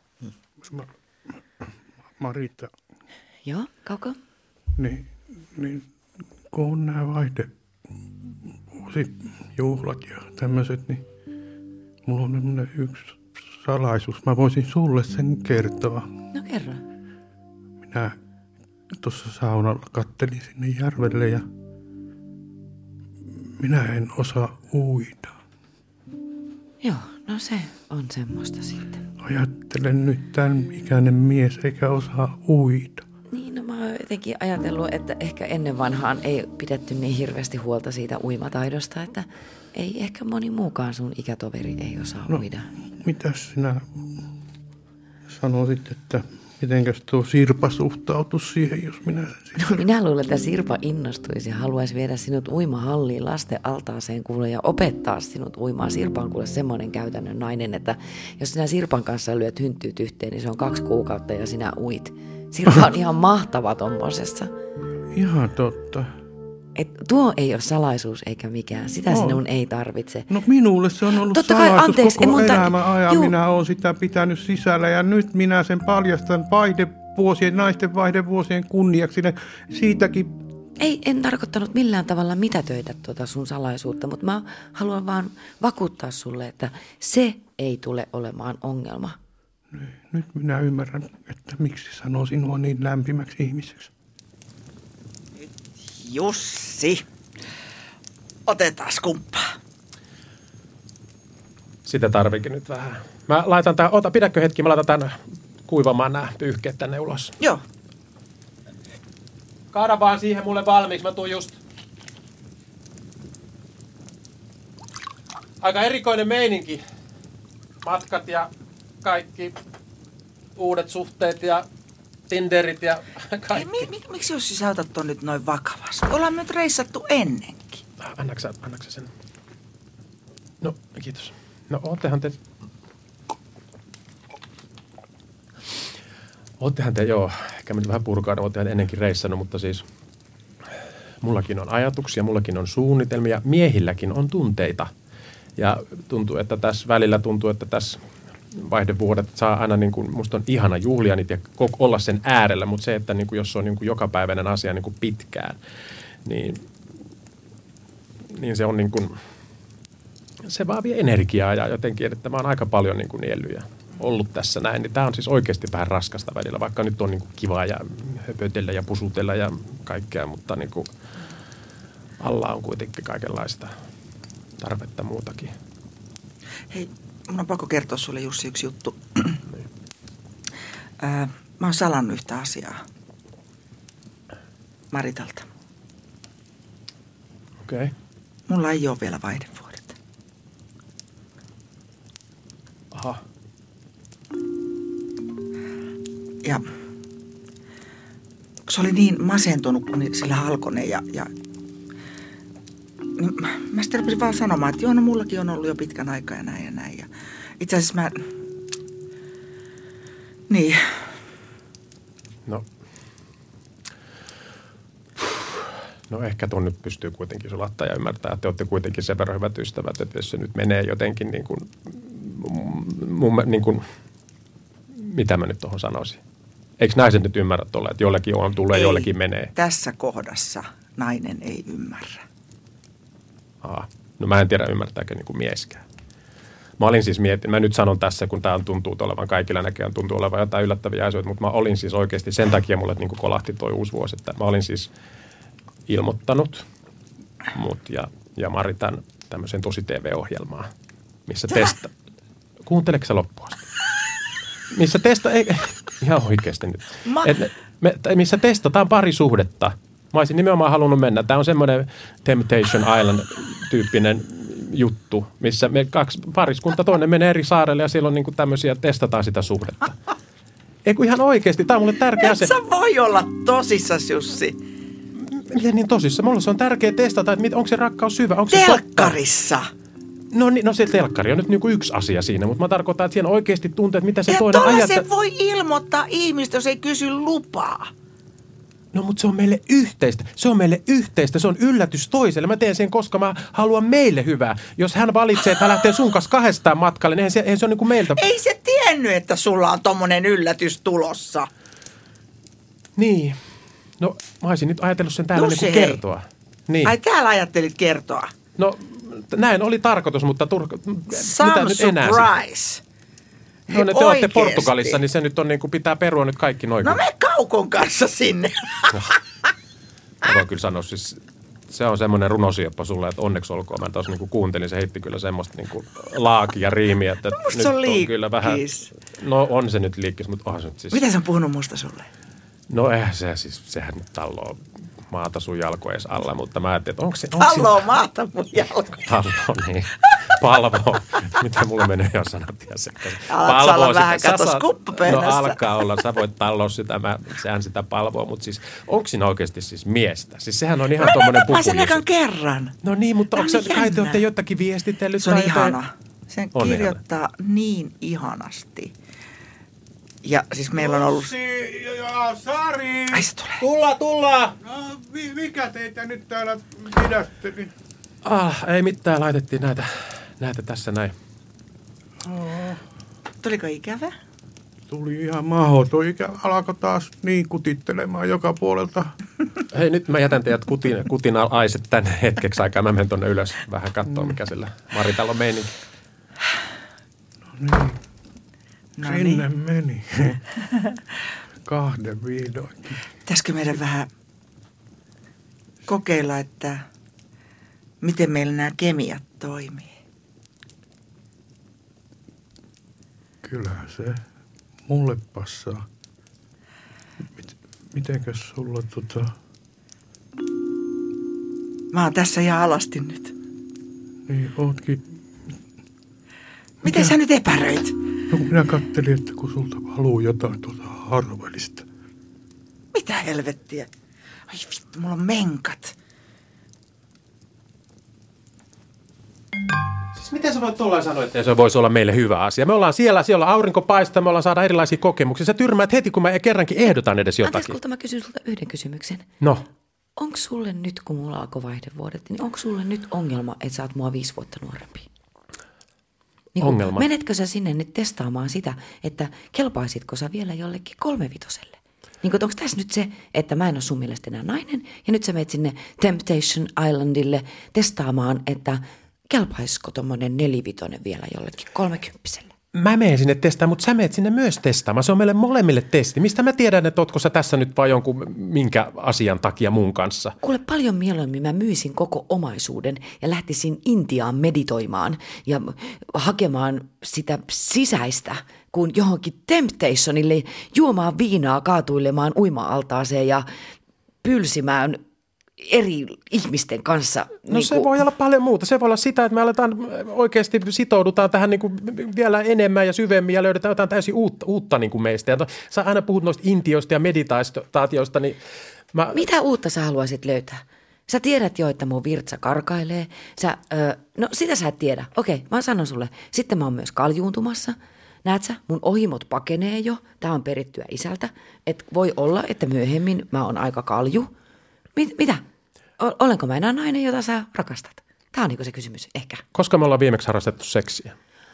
Speaker 3: Marita.
Speaker 1: Joo, Kauko?
Speaker 3: Niin kun on nämä vuosijuhlat ja tämmöiset, niin mulla on tämmöinen yksi salaisuus. Mä voisin sulle sen kertoa.
Speaker 1: No kerro.
Speaker 3: Minä tuossa saunalla kattelin sinne järvelle ja minä en osaa uida.
Speaker 1: Joo, no se on semmoista sitten.
Speaker 3: Ajattelen nyt tämän ikäinen mies eikä osaa uida.
Speaker 1: Niin, no mä oon jotenkin ajatellut, että ehkä ennen vanhaan ei pidetty niin hirveästi huolta siitä uimataidosta, että ei ehkä moni muukaan sun ikätoveri ei osaa uida.
Speaker 3: Mitäs sinä sanoisit, että mitenkäs tuo Sirpa suhtautuisi siihen, jos minä sen sitten...
Speaker 1: No, minä luulen, että Sirpa innostuisi ja haluaisi viedä sinut uimahalliin lasten altaaseen kuule ja opettaa sinut uimaan. Sirpa on kuule semmoinen käytännön nainen, että jos sinä Sirpan kanssa lyöt hynttyyt yhteen, niin se on 2 kuukautta ja sinä uit. Sirpa on ihan mahtava tommosessa.
Speaker 3: Ihan totta.
Speaker 1: Tuo ei ole salaisuus eikä mikään. Sitä sinun ei tarvitse.
Speaker 3: No minulle se on ollut
Speaker 1: Totta kai,
Speaker 3: salaisuus
Speaker 1: anteeksi,
Speaker 3: koko
Speaker 1: mutta...
Speaker 3: elämän ajan. Minä olen sitä pitänyt sisällä ja nyt minä sen paljastan naisten vaihdevuosien kunniaksi. Siitäkin
Speaker 1: En tarkoittanut millään tavalla mitätöidä tuota sun salaisuutta, mutta mä haluan vaan vakuuttaa sulle, että se ei tule olemaan ongelma.
Speaker 3: Nyt minä ymmärrän, että miksi sanoo sinua niin lämpimäksi ihmiseksi.
Speaker 2: Jussi, otetaan skumppaa.
Speaker 4: Sitä tarviikin nyt vähän. Mä laitan pidäkö hetki, mä laitan tän kuivamaan nämä pyyhkeet tänne ulos.
Speaker 2: Joo.
Speaker 4: Kaada vaan siihen mulle valmiiksi, mä tuun just. Aika erikoinen meininki. Matkat ja kaikki uudet suhteet ja Tinderit ja kaikki.
Speaker 2: Miksi Jussi sä otat ton nyt noin vakavasti? Ollaan nyt reissattu ennenkin.
Speaker 4: Annaksa sen? No, kiitos. No, oottehan te, joo, ehkä nyt vähän purkaan, oottehan ennenkin reissannut, mutta siis mullakin on ajatuksia, mullakin on suunnitelmia, miehilläkin on tunteita. Ja välillä tuntuu, että tässä vaihdevuodet saa aina, niin kuin, musta on ihana juhlia niitä ja olla sen äärellä, mutta se, että niin kuin, jos se on niin kuin jokapäiväinen asia niin kuin pitkään, niin se on niin kuin, se vaan vie energiaa ja jotenkin, että mä oon aika paljon niin kuin niellyt ja ollut tässä näin, niin tää on siis oikeasti vähän raskasta välillä, vaikka nyt on niin kuin kivaa ja höpötellä ja pusutella ja kaikkea, mutta niin kuin alla on kuitenkin kaikenlaista tarvetta muutakin.
Speaker 2: Hei, mun on pakko kertoa sulle Jussi yksi juttu. Mä oon salannut yhtä asiaa Maritalta.
Speaker 4: Okei.
Speaker 2: Mulla ei ole vielä vaihdevuodet.
Speaker 4: Aha.
Speaker 2: Ja se oli niin masentunut, kun sillä halkonen ja niin mä sitten rupesin vaan sanomaan, että joo, no mullakin on ollut jo pitkän aikaa ja näin ja näin. Ja itse asiassa niin.
Speaker 4: No ehkä tuon nyt pystyy kuitenkin sulattaa ja ymmärtää, että te olette kuitenkin sen verran hyvät ystävät, että jos se nyt menee jotenkin niin kuin, mitä mä nyt tuohon sanoisin? Eikö naiset nyt ymmärrä tuolla, että jollekin on tulee, jollekin menee?
Speaker 2: Tässä kohdassa nainen ei ymmärrä.
Speaker 4: No mä en tiedä ymmärtääkö niin kuin mieskään. Mä olin siis mä nyt sanon tässä, kun tää tuntuu olevan kaikilla näköjään, tuntuu olevan jotain yllättäviä asioita, mutta mä olin siis oikeasti sen takia mulle niin kuin kolahti toi uusi vuosi, että mä olin siis ilmoittanut mut ja Maritan tämmöiseen tosi TV-ohjelmaan, missä kuunteleeko sä loppuun? Missä ihan oikeasti nyt. Missä testataan parisuhdetta. Mä olisin nimenomaan halunnut mennä. Tämä on semmoinen Temptation Island-tyyppinen juttu, missä me pariskunta toinen menee eri saarelle ja siellä on niinku tämmöisiä, testataan sitä suhdetta. Eiku ihan oikeasti, tämä on mulle tärkeä asia.
Speaker 2: Sä voi olla tosissas, Jussi.
Speaker 4: Miten niin tosissaan? Mulle se on tärkeä testata, että onko se rakkaus syvä. Onko
Speaker 2: telkkarissa.
Speaker 4: No se telkkari on nyt niinku yksi asia siinä, mutta mä tarkoitan, että siinä oikeasti tuntee, että mitä se toinen ajattelee.
Speaker 2: Se voi ilmoittaa ihmistä, jos ei kysy lupaa.
Speaker 4: No, mutta se on meille yhteistä. Se on yllätys toiselle. Mä teen sen, koska mä haluan meille hyvää. Jos hän valitsee, että hän lähtee sun kanssa kahdestaan matkalle, niin eihän se on niin kuin meiltä.
Speaker 2: Ei se tiennyt, että sulla on tommonen yllätys tulossa.
Speaker 4: Niin. No, mä olisin nyt ajatellut sen täällä niin kuin kertoa. Niin.
Speaker 2: Ai, täällä ajattelit kertoa?
Speaker 4: No, näin oli tarkoitus, mutta
Speaker 2: Some
Speaker 4: nyt enää
Speaker 2: surprise.
Speaker 4: No, te olette Portugalissa, niin se nyt on niin kuin pitää perua nyt kaikki noin.
Speaker 2: No me Kaukon kanssa sinne.
Speaker 4: Mä voin kyllä sanoa, siis se on semmoinen runosioppa sulle, että onneksi olkoon. Mä taas niin kuuntelin, se heitti kyllä semmoista niin laakia riimiä, että
Speaker 2: musta
Speaker 4: nyt
Speaker 2: on
Speaker 4: kyllä vähän. No on se nyt liikkis, mutta onhan se nyt siis.
Speaker 2: Mitä sä on puhunut musta sulle?
Speaker 4: No eihän se siis, sehän nyt talloo maata sun jalkojen alla, mutta mä ajattelin, että onko se.
Speaker 2: Talloo maata mun jalkojen.
Speaker 4: Talloo, niin. Palvoo. Miten mulla menee jo sanat ja sekaisin.
Speaker 2: Alat olla vähän, kato skuppapöydässä.
Speaker 4: No alkaa olla, sä voit talloa sitä, sehän sitä palvoo, mutta siis onko siinä oikeasti siis miestä? Siis sehän on ihan tommonen pupu.
Speaker 2: Mä sen ekan kerran.
Speaker 4: No niin, mutta onko se, kai te olette jotakin viestitellyt?
Speaker 2: Se on ihana. Sen kirjoittaa ihana. Niin ihanasti. Ja siis meillä on ollut.
Speaker 3: Ja Sari!
Speaker 2: Ai se tulee.
Speaker 4: Tulla!
Speaker 3: No, mikä teitä nyt täällä pidätte?
Speaker 4: Ei mitään, laitettiin näitä tässä näin.
Speaker 2: Tuliko ikävä?
Speaker 3: Tuli ihan mahdoton ikävä. Alkoi taas niin kutittelemaan joka puolelta.
Speaker 4: Hei, nyt mä jätän teidät kutinalaiset tänne hetkeksi aikaa. Mä menen tuonne ylös vähän katsoa, mikä sillä Maritalla on meininki.
Speaker 3: No niin. Sinne meni. 2 vihdoinkin.
Speaker 2: Pitäisikö meidän vähän kokeilla, että miten meillä nämä kemiat toimii?
Speaker 3: Kyllähän se mulle passaa. Mitenkäs sulla
Speaker 2: Mä oon tässä ihan alasti nyt.
Speaker 3: Niin, ootkin.
Speaker 2: Miten sä nyt epäröit?
Speaker 3: No minä kattelin, että kun sulta valuu jotain harvelista.
Speaker 2: Mitä helvettiä? Ai vittu, mulla on menkat.
Speaker 4: Siis miten sä voit tuolla sanoa, että se voisi olla meille hyvä asia? Me ollaan siellä aurinko paistaa, me ollaan saada erilaisia kokemuksia. Sä tyrmäät heti, kun mä kerrankin ehdotan edes jotakin.
Speaker 1: Anteeksi, kulta, mä kysyn sulta yhden kysymyksen.
Speaker 4: No?
Speaker 1: Onko sulle nyt, kun mulla alkoi vaihdevuodet, niin onko sulle nyt ongelma, että sä oot mua 5 vuotta nuorempi? Niin
Speaker 4: ongelma?
Speaker 1: Menetkö sä sinne nyt testaamaan sitä, että kelpaisitko sä vielä jollekin 3-vitoselle? Niin onko tässä nyt se, että mä en ole sun mielestä enää nainen, ja nyt sä menet sinne Temptation Islandille testaamaan, että kelpaisiko tommonen 4-vitonen vielä jollekin 30-vuotiaalle?
Speaker 4: Mä menen sinne testaamaan, mutta sä menet sinne myös testaamaan. Se on meille molemmille testi. Mistä mä tiedän, että ootko sä tässä nyt vai jonkun minkä asian takia mun kanssa?
Speaker 1: Kuule, paljon mieluummin mä myisin koko omaisuuden ja lähtisin Intiaan meditoimaan ja hakemaan sitä sisäistä kuin johonkin Temptationille juomaan viinaa, kaatuilemaan uima-altaaseen ja pylsimään eri ihmisten kanssa.
Speaker 4: No se voi olla paljon muuta. Se voi olla sitä, että me aletaan oikeasti sitoudutaan tähän niin kuin vielä enemmän ja syvemmin ja löydetään jotain täysin uutta niin kuin meistä. Ja sä aina puhut noista intioista ja meditaatioista, niin
Speaker 1: Mitä uutta sä haluaisit löytää? Sä tiedät jo, että mun virtsa karkailee. No sitä sä et tiedä. Okei, mä sanon sulle. Sitten mä oon myös kaljuuntumassa. Näet sä, mun ohimot pakenee jo. Tää on perittyä isältä. Et voi olla, että myöhemmin mä oon aika kalju. Mitä? Olenko mä enää nainen, jota sä rakastat? Tää on niinku se kysymys, ehkä.
Speaker 4: Koska me ollaan viimeksi harrastettu seksiä?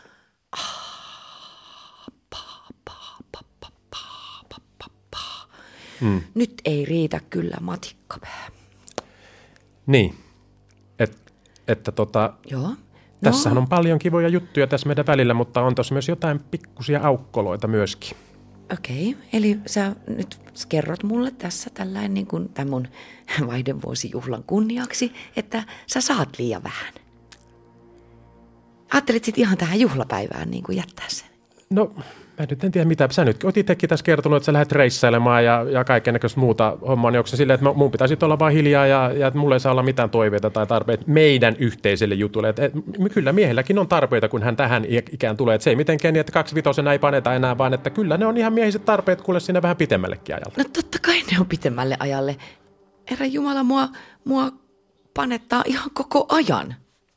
Speaker 1: Nyt ei riitä kyllä matikkapää.
Speaker 4: Niin, että
Speaker 1: Joo.
Speaker 4: Tässähän on paljon kivoja juttuja tässä meidän välillä, mutta on tuossa myös jotain pikkusia aukkoloita myöskin.
Speaker 1: Okei, eli sä nyt kerrot mulle tässä tällainen niin kuin tämän mun vaihdevuosijuhlan kunniaksi, että sä saat liian vähän. Ajattelit sit ihan tähän juhlapäivään niin kuin jättää sen?
Speaker 4: No, mä nyt en tiedä mitä. Sä nyt oot itsekin tässä kertonut, että sä lähdet reissailemaan ja kaikennäköistä muuta hommaa. Niin onko se silleen, että mun pitäisi olla vaan hiljaa ja että mulla ei saa olla mitään toiveita tai tarpeita meidän yhteiselle jutulle. Et kyllä miehelläkin on tarpeita, kun hän tähän ikään tulee. Et se ei mitenkään niin, että 2-vitosena ei paneta enää, vaan että kyllä ne on ihan miehiset tarpeet kuule sinne vähän pitemmällekin ajalle.
Speaker 1: No totta kai ne on pitemmälle ajalle. Herra Jumala, mua panettaa ihan koko ajan.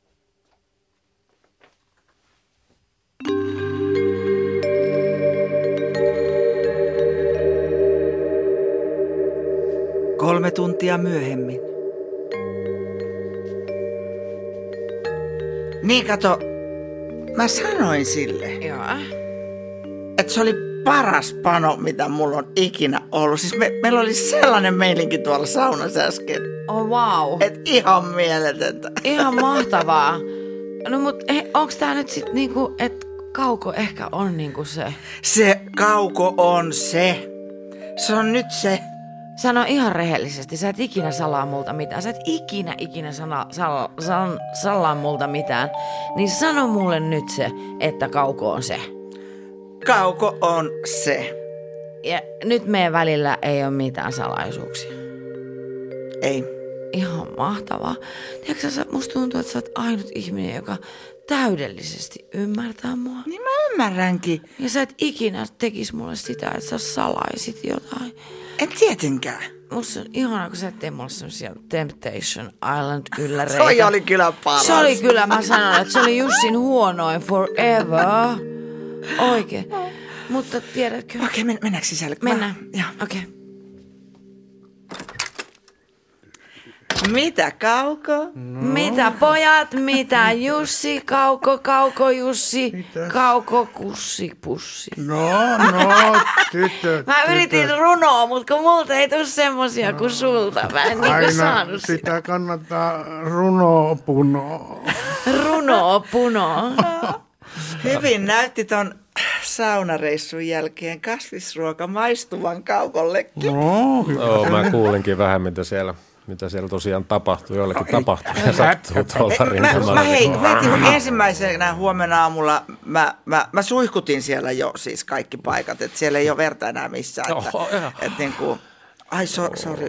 Speaker 2: Kolme tuntia myöhemmin. Niin kato, mä sanoin sille,
Speaker 1: Joo.
Speaker 2: että se oli paras pano, mitä mulla on ikinä ollut. Siis meillä oli sellainen meilinki tuolla saunassa äsken.
Speaker 1: Oh wow.
Speaker 2: Et ihan mieletöntä.
Speaker 1: Ihan mahtavaa. No mut onks tää nyt sit niinku, että kauko ehkä on niinku se?
Speaker 2: Se kauko on se. Se on nyt se.
Speaker 1: Sano ihan rehellisesti, sä et ikinä salaa multa mitään. Sä et ikinä salaa multa mitään. Niin sano mulle nyt se, että kauko on se.
Speaker 2: Kauko on se.
Speaker 1: Ja nyt meidän välillä ei ole mitään salaisuuksia.
Speaker 2: Ei.
Speaker 1: Ihan mahtavaa. Tiedätkö sä, musta tuntuu, että sä oot ainut ihminen, joka täydellisesti ymmärtää mua.
Speaker 2: Niin mä ymmärränkin.
Speaker 1: Ja sä et ikinä tekis mulle sitä, että sä salaisit jotain.
Speaker 2: En tietenkään.
Speaker 1: Musta on ihanaa, kun sä et tee mulle semmosia Temptation Island-ylläreitä.
Speaker 2: Toi oli kyllä paras.
Speaker 1: Se oli kyllä, mä sanon, että se oli Jussin huonoin forever. Oikein. Mutta tiedätkö?
Speaker 2: Okei, mennäänkö sisälle?
Speaker 1: Mennään.
Speaker 2: Joo.
Speaker 1: Okei.
Speaker 2: Mitä Kauko?
Speaker 1: No. Mitä pojat, mitä Jussi, Kauko Jussi, mitä? Kauko kussi pussi.
Speaker 3: No, tytöt.
Speaker 1: Mä yritin runoa, mutta kun multa ei tule semmosia kuin sulta. Mä en niinku saanut sitä.
Speaker 3: Sitä kannattaa runoa punoa.
Speaker 1: Runoa punoa.
Speaker 2: Hyvin näytti ton saunareissun jälkeen kasvisruoka maistuvan Kaukollekin.
Speaker 4: No, mä kuulinkin vähän, mitä siellä tosiaan tapahtui. Joillekin tapahtui ja sattuu tuolla rintamalla.
Speaker 2: Mä ensimmäisenä huomenna aamulla, mä suihkutin siellä jo siis kaikki paikat, että siellä ei ole verta enää missään. Että niin kuin, sorry.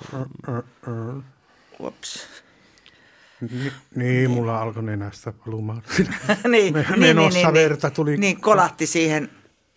Speaker 2: Ups.
Speaker 3: Niin, mulla alkoi nenästä valumaan.
Speaker 2: Menossa
Speaker 3: verta tuli.
Speaker 2: Niin, kolahti siihen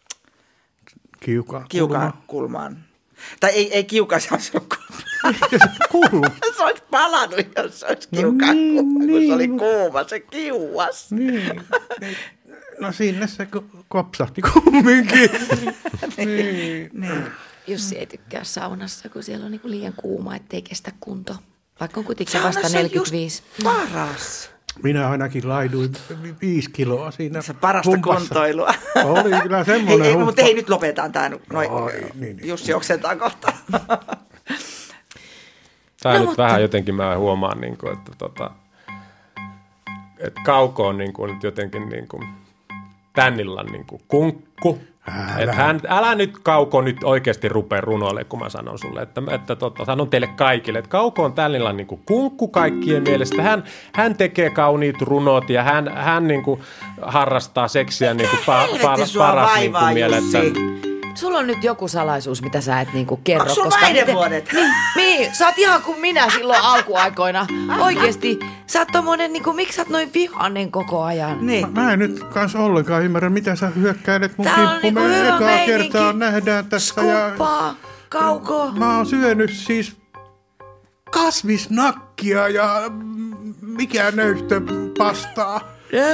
Speaker 2: kiukaan kulmaan. Tai ei kiukaan, se olisi ollut
Speaker 3: kulma.
Speaker 2: Se olisi palannut, jos se olisi kiukaan kulma, kun se oli kuuma, se kiuas.
Speaker 3: Niin. No sinne se kopsahti kumminkin.
Speaker 2: niin.
Speaker 1: Jussi ei tykkää saunassa, kun siellä on niinku liian kuuma, ettei kestä kunto. Vaikka on kuitenkin vasta 45.
Speaker 2: Paras.
Speaker 3: Minä ainakin laiduin 5 kiloa siinä.
Speaker 2: Se parasta kuntoilua.
Speaker 3: Oli kyllä semmoinen humppa.
Speaker 2: Mutta nyt lopetaan tämä.
Speaker 3: Niin.
Speaker 2: Jussi oksentaa kohta.
Speaker 4: Tämä nyt vähän jotenkin mä huomaan, että Kauko on nyt jotenkin Tännillä kunkku. Älä nyt Kauko nyt oikeasti rupea runoille, kun mä sanon sulle, että sanon teille kaikille, että Kauko on Tännillä kunkku kaikkien mielestä. Hän tekee kauniit runot ja hän harrastaa seksiä paras mielessä.
Speaker 1: Sulla on nyt joku salaisuus, mitä sä et kerro.
Speaker 2: Onko sulla vuodet?
Speaker 1: Niin, sä oot ihan kuin minä silloin alkuaikoina. Oikeesti, sä oot tommonen, miksi sä oot noin vihainen koko ajan?
Speaker 2: Niin.
Speaker 3: Mä en nyt kans ollenkaan ymmärrä, mitä sä hyökkäilet mun kimppuun. Me ekaa kertaa nähdään tässä.
Speaker 1: Skuppaa, Kauko.
Speaker 3: Mä oon syönyt siis kasvisnakkia ja mikä nöyhtö pastaa.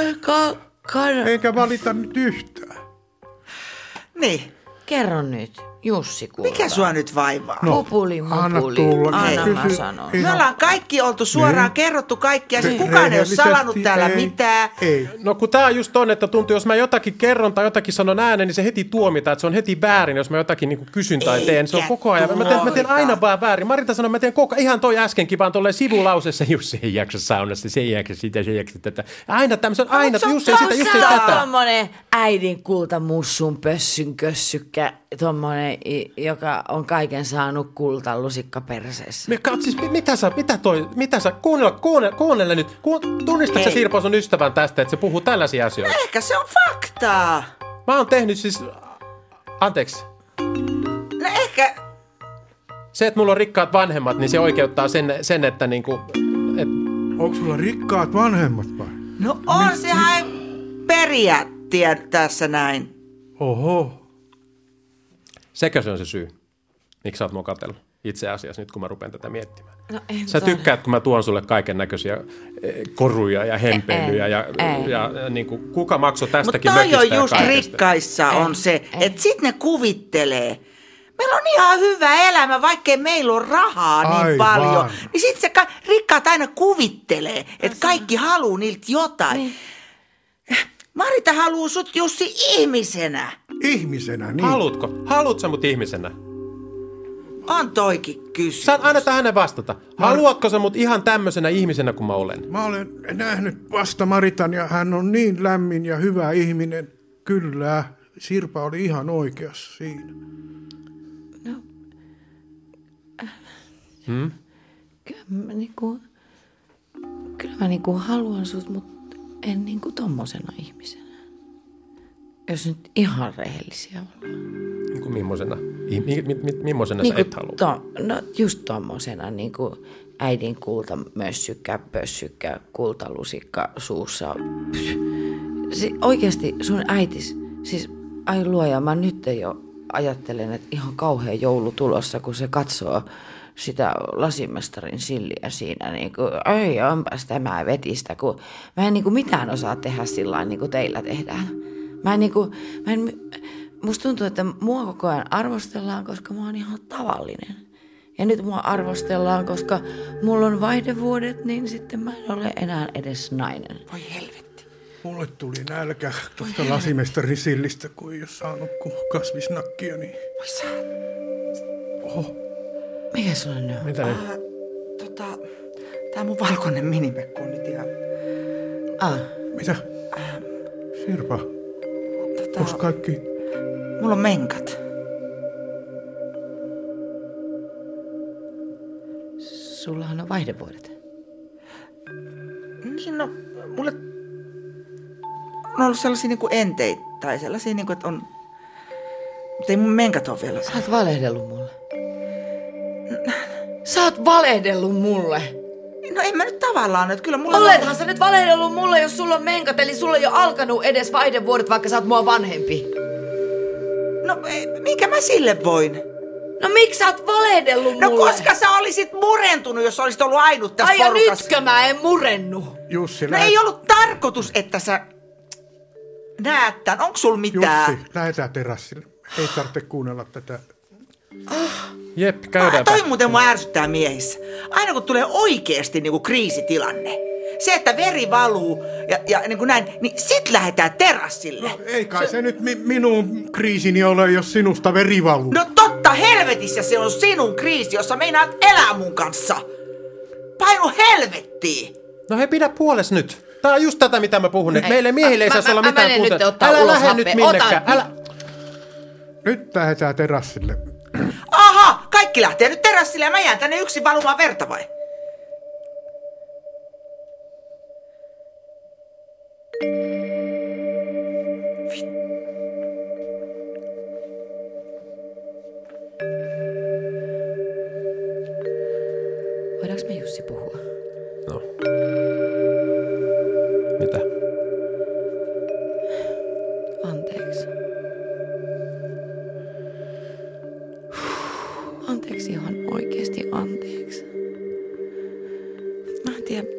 Speaker 3: Eikä valita nyt yhtään.
Speaker 2: Niin.
Speaker 1: Kerro nyt, Jussi kuulaa.
Speaker 2: Mikä sua nyt vaivaa?
Speaker 1: Mupuli.
Speaker 3: Anna tulla.
Speaker 1: Anna mä sanon.
Speaker 2: Me ollaan kaikki oltu suoraan kerrottu kaikkia. Kukaan ei ole salannut täällä mitään.
Speaker 3: Ei.
Speaker 4: No kun tää just on, että tuntuu, jos mä jotakin kerron tai jotakin sanon ääneen, niin se heti tuomitaan, että se on heti väärin, jos mä jotakin kysyn tai teen. Se on koko ajan. Mä teen aina vaan väärin. Marita sanoi, mä teen ihan toi äskenkin vaan tolleen sivulauseessa. Jussi ei jaksa saunassa, se ei jaksa sitä, se ei jaksa tätä. Aina tämmöisen, Jussi ei sitä, Jussi ei tätä.
Speaker 1: Tommonen äidin kultamussun pössyn kössykkä, tommonen, joka on kaiken saanut kultalusikka perseessä.
Speaker 4: Mitä sä, kuunnelle nyt. Tunnistatko sä Sirpa sun ystävän tästä, että se puhuu tällaisia asioita?
Speaker 2: Ehkä se on faktaa.
Speaker 4: Mä oon tehnyt siis, anteeksi.
Speaker 2: No ehkä.
Speaker 4: Se, että mulla on rikkaat vanhemmat, niin se oikeuttaa sen että
Speaker 3: Onko sulla rikkaat vanhemmat vai?
Speaker 2: No on sehän periaattia tässä näin.
Speaker 3: Oho.
Speaker 4: Sekö se on se syy? Miksi sä oot mua katsellut itse asiassa nyt, kun mä rupean tätä miettimään?
Speaker 1: No,
Speaker 4: sä tykkäät, kun mä tuon sulle kaiken näköisiä koruja ja hempeilyjä ja kuka maksoi tästäkin mökistä ja kaikesta?
Speaker 2: Mutta toi on just rikkaissa on se, että sit ne kuvittelee. Meillä on ihan hyvä elämä, vaikkei meillä ole rahaa niin paljon. Niin sit se rikkaat aina kuvittelee, että kaikki haluu niiltä jotain. Niin. Marita haluu sut Jussi ihmisenä.
Speaker 3: Ihmisenä, niin.
Speaker 4: Haluutko sä mut ihmisenä?
Speaker 2: On toikin kysymys.
Speaker 4: Saat aina hänen vastata. Haluatko sä mut ihan tämmöisenä ihmisenä kuin mä olen?
Speaker 3: Mä olen nähnyt vasta Maritan ja hän on niin lämmin ja hyvä ihminen. Kyllä, Sirpa oli ihan oikeassa siinä.
Speaker 1: No. Kyllä mä haluan sut, mutta en tommosena ihmisenä. Jos nyt ihan rehellisiä ollaan.
Speaker 4: Millaisena? Millaisena sä et halua?
Speaker 1: No just tommosena äidin kultamössykkä, pössykkä, kultalusikka suussa. Oikeasti sun äitis, siis ai luoja, mä nyt jo ajattelen, että ihan kauhea joulu tulossa, kun se katsoo sitä lasimestarin silliä siinä, ei onpas tämä vetistä, kun mä en mitään osaa tehdä sillä niin kuin teillä tehdään. Musta tuntuu, että mua koko ajan arvostellaan, koska mä oon ihan tavallinen. Ja nyt mua arvostellaan, koska mulla on vaihdevuodet, niin sitten mä en ole enää edes nainen.
Speaker 2: Voi helvetti.
Speaker 3: Mulle tuli nälkä tuosta lasimestarin sillistä, kun ei ole saanut kasvisnakkia. Niin...
Speaker 2: Voi sä.
Speaker 3: Oho.
Speaker 1: Mikä sulla nyt on?
Speaker 4: Mitä nyt?
Speaker 2: Tää mun valkoinen minimekko on nyt ihan...
Speaker 3: Mitä? Sirpa, onks kaikki...
Speaker 2: Mulla on menkat.
Speaker 1: Sullahan on vaihdevuodet.
Speaker 2: Niin no, mulle on ollut sellaisia niinku enteitä tai sellaisia niinku, että on... Mutta ei mun menkat ole vielä.
Speaker 1: Sä oot valehdellut mulle. Sä oot valehdellut mulle.
Speaker 2: No en mä nyt tavallaan, että kyllä mulla...
Speaker 1: Olethan sä nyt valehdellut mulle, jos sulla on menkat, eli sulla ei ole alkanut edes vaihdevuodet, vaikka sä oot mua vanhempi.
Speaker 2: No minkä mä sille voin?
Speaker 1: No miksi sä oot valehdellut mulle?
Speaker 2: No koska sä olisit murentunut, jos olisit ollut ainut tässä
Speaker 1: Ai ja
Speaker 2: porukassa.
Speaker 1: nytkö mä en murennu?
Speaker 3: Jussi,
Speaker 2: No ei ollut tarkoitus, että sä näet tän. Onko sul mitään?
Speaker 3: Jussi, lähdetään terassille. Ei tarvitse kuunnella tätä.
Speaker 4: Jep, käydäänpä.
Speaker 2: Toi muuten mua ärsyttää miehissä. Aina kun tulee oikeesti niinku kriisitilanne. Se, että veri valuu ja niin kuin näin, niin sit lähdetään terassille.
Speaker 3: No, ei kai se nyt minun kriisini ole, jos sinusta veri valuu.
Speaker 2: No totta helvetissä se on sinun kriisi, jossa meinaat elää mun kanssa. Painu helvettiin.
Speaker 4: No hei, pidä puoles nyt. Tää on just tätä, mitä mä puhun. Että meille miehille ei saisi olla mitään puutetta. Älä lähde nyt minnekään.
Speaker 3: Nyt lähdetään terassille.
Speaker 2: Aha, kaikki lähtee nyt terassille ja mä jään tänne yksin valumaan verta vai?
Speaker 1: Voidaanko me Jussi puhua?
Speaker 4: No. Mitä?
Speaker 1: Anteeksi. Anteeksi, ihan oikeasti anteeksi. Mä en tiedä,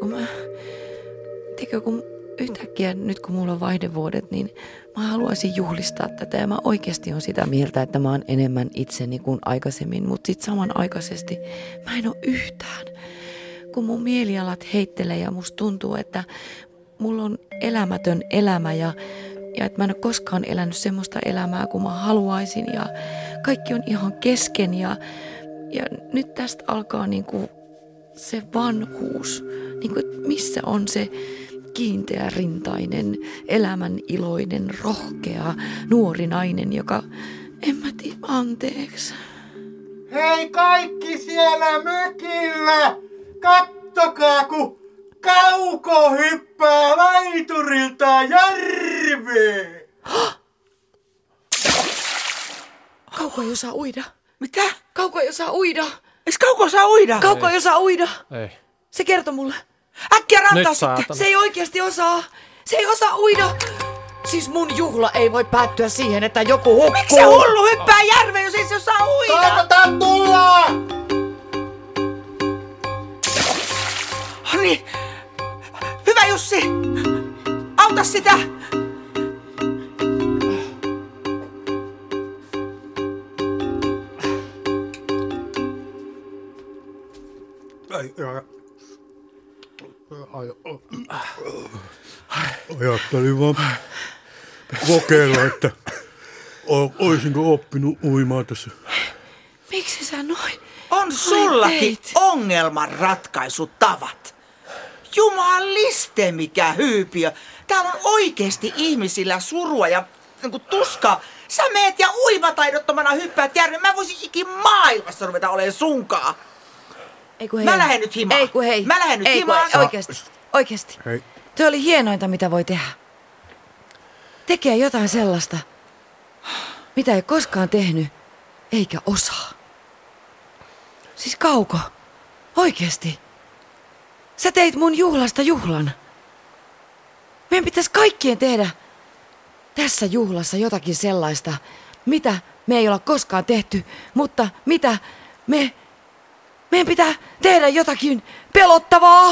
Speaker 1: kun yhtäkkiä nyt kun mulla on vaihdevuodet, niin mä haluaisin juhlistaa tätä ja mä oikeasti on sitä mieltä, että mä oon enemmän itseni kuin aikaisemmin, mutta sit samanaikaisesti mä en oo yhtään. Kun mun mielialat heittelee ja musta tuntuu, että mulla on elämätön elämä ja että mä en ole koskaan elänyt semmoista elämää kuin mä haluaisin ja kaikki on ihan kesken ja nyt tästä alkaa niinku se vanhuus, niinku, missä on se kiinteärintainen, elämäniloinen, rohkea, nuori nainen, joka, en mä tiedä, anteeksi.
Speaker 3: Hei kaikki siellä mökillä! Kattokaa, kun Kauko hyppää laiturilta järveen!
Speaker 1: Kauko ei osaa uida.
Speaker 2: Mitä?
Speaker 1: Kauko ei osaa uida.
Speaker 2: Eiks Kauko osaa uida?
Speaker 1: Kauko ei osaa uida.
Speaker 4: Ei.
Speaker 1: Se kertoi mulle.
Speaker 2: Äkkiä rantaa
Speaker 4: Nyt
Speaker 2: sitten.
Speaker 4: saatana.
Speaker 1: Se ei oikeasti osaa. Se ei osaa uida. Siis mun juhla ei voi päättyä siihen, että joku hukkuu.
Speaker 2: Miksi se hullu hyppää järveen, jos ei se osaa uida?
Speaker 3: Toivotaan tulla!
Speaker 2: Niin. Hyvä Jussi. Auta sitä.
Speaker 3: Ajattelin vaan kokeilla, että olisinko oppinut uimaan tässä.
Speaker 1: Miksi sä noin?
Speaker 2: On sullakin ongelmanratkaisutavat. Jumaliste, mikä hyypiö. Täällä on oikeesti ihmisillä surua ja niin tuskaa. Sä meet ja uimataidottomana hyppäät järven. Mä voisin ikin maailmassa ruveta olemaan sunkaa.
Speaker 1: Ei kun hei.
Speaker 2: Mä lähden nyt himaan.
Speaker 1: Ei kun hei.
Speaker 2: Mä lähden nyt
Speaker 1: ei,
Speaker 2: himaan.
Speaker 1: Oikeesti.
Speaker 3: Hei.
Speaker 1: Tuo oli hienointa, mitä voi tehdä. Tekee jotain sellaista, mitä ei koskaan tehnyt, eikä osaa. Siis Kauko, oikeesti. Sä teit mun juhlasta juhlan. Meidän pitäisi kaikkien tehdä tässä juhlassa jotakin sellaista, mitä me ei olla koskaan tehty, mutta mitä meidän pitää tehdä jotakin pelottavaa.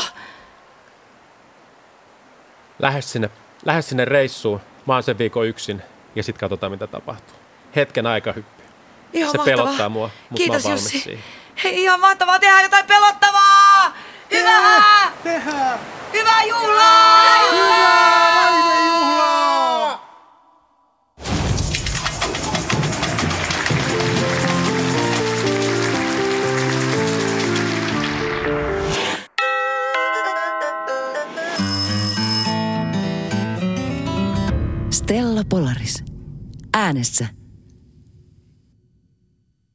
Speaker 4: Lähde sinne reissuun. Mä oon sen viikon yksin ja sit katsotaan mitä tapahtuu. Hetken aika hyppy.
Speaker 1: Ihan
Speaker 4: Se
Speaker 1: mahtavaa.
Speaker 4: pelottaa mua, mutta
Speaker 1: Kiitos,
Speaker 4: mä oon valmis
Speaker 1: Jussi.
Speaker 4: siihen.
Speaker 2: Hei, ihan mahtavaa, tehdään jotain pelottavaa! Hyvää!
Speaker 3: Tehdään!
Speaker 2: Hyvää juhlaa!
Speaker 3: Hyvää lainejuhlaa!
Speaker 1: Stella Polaris. Äänessä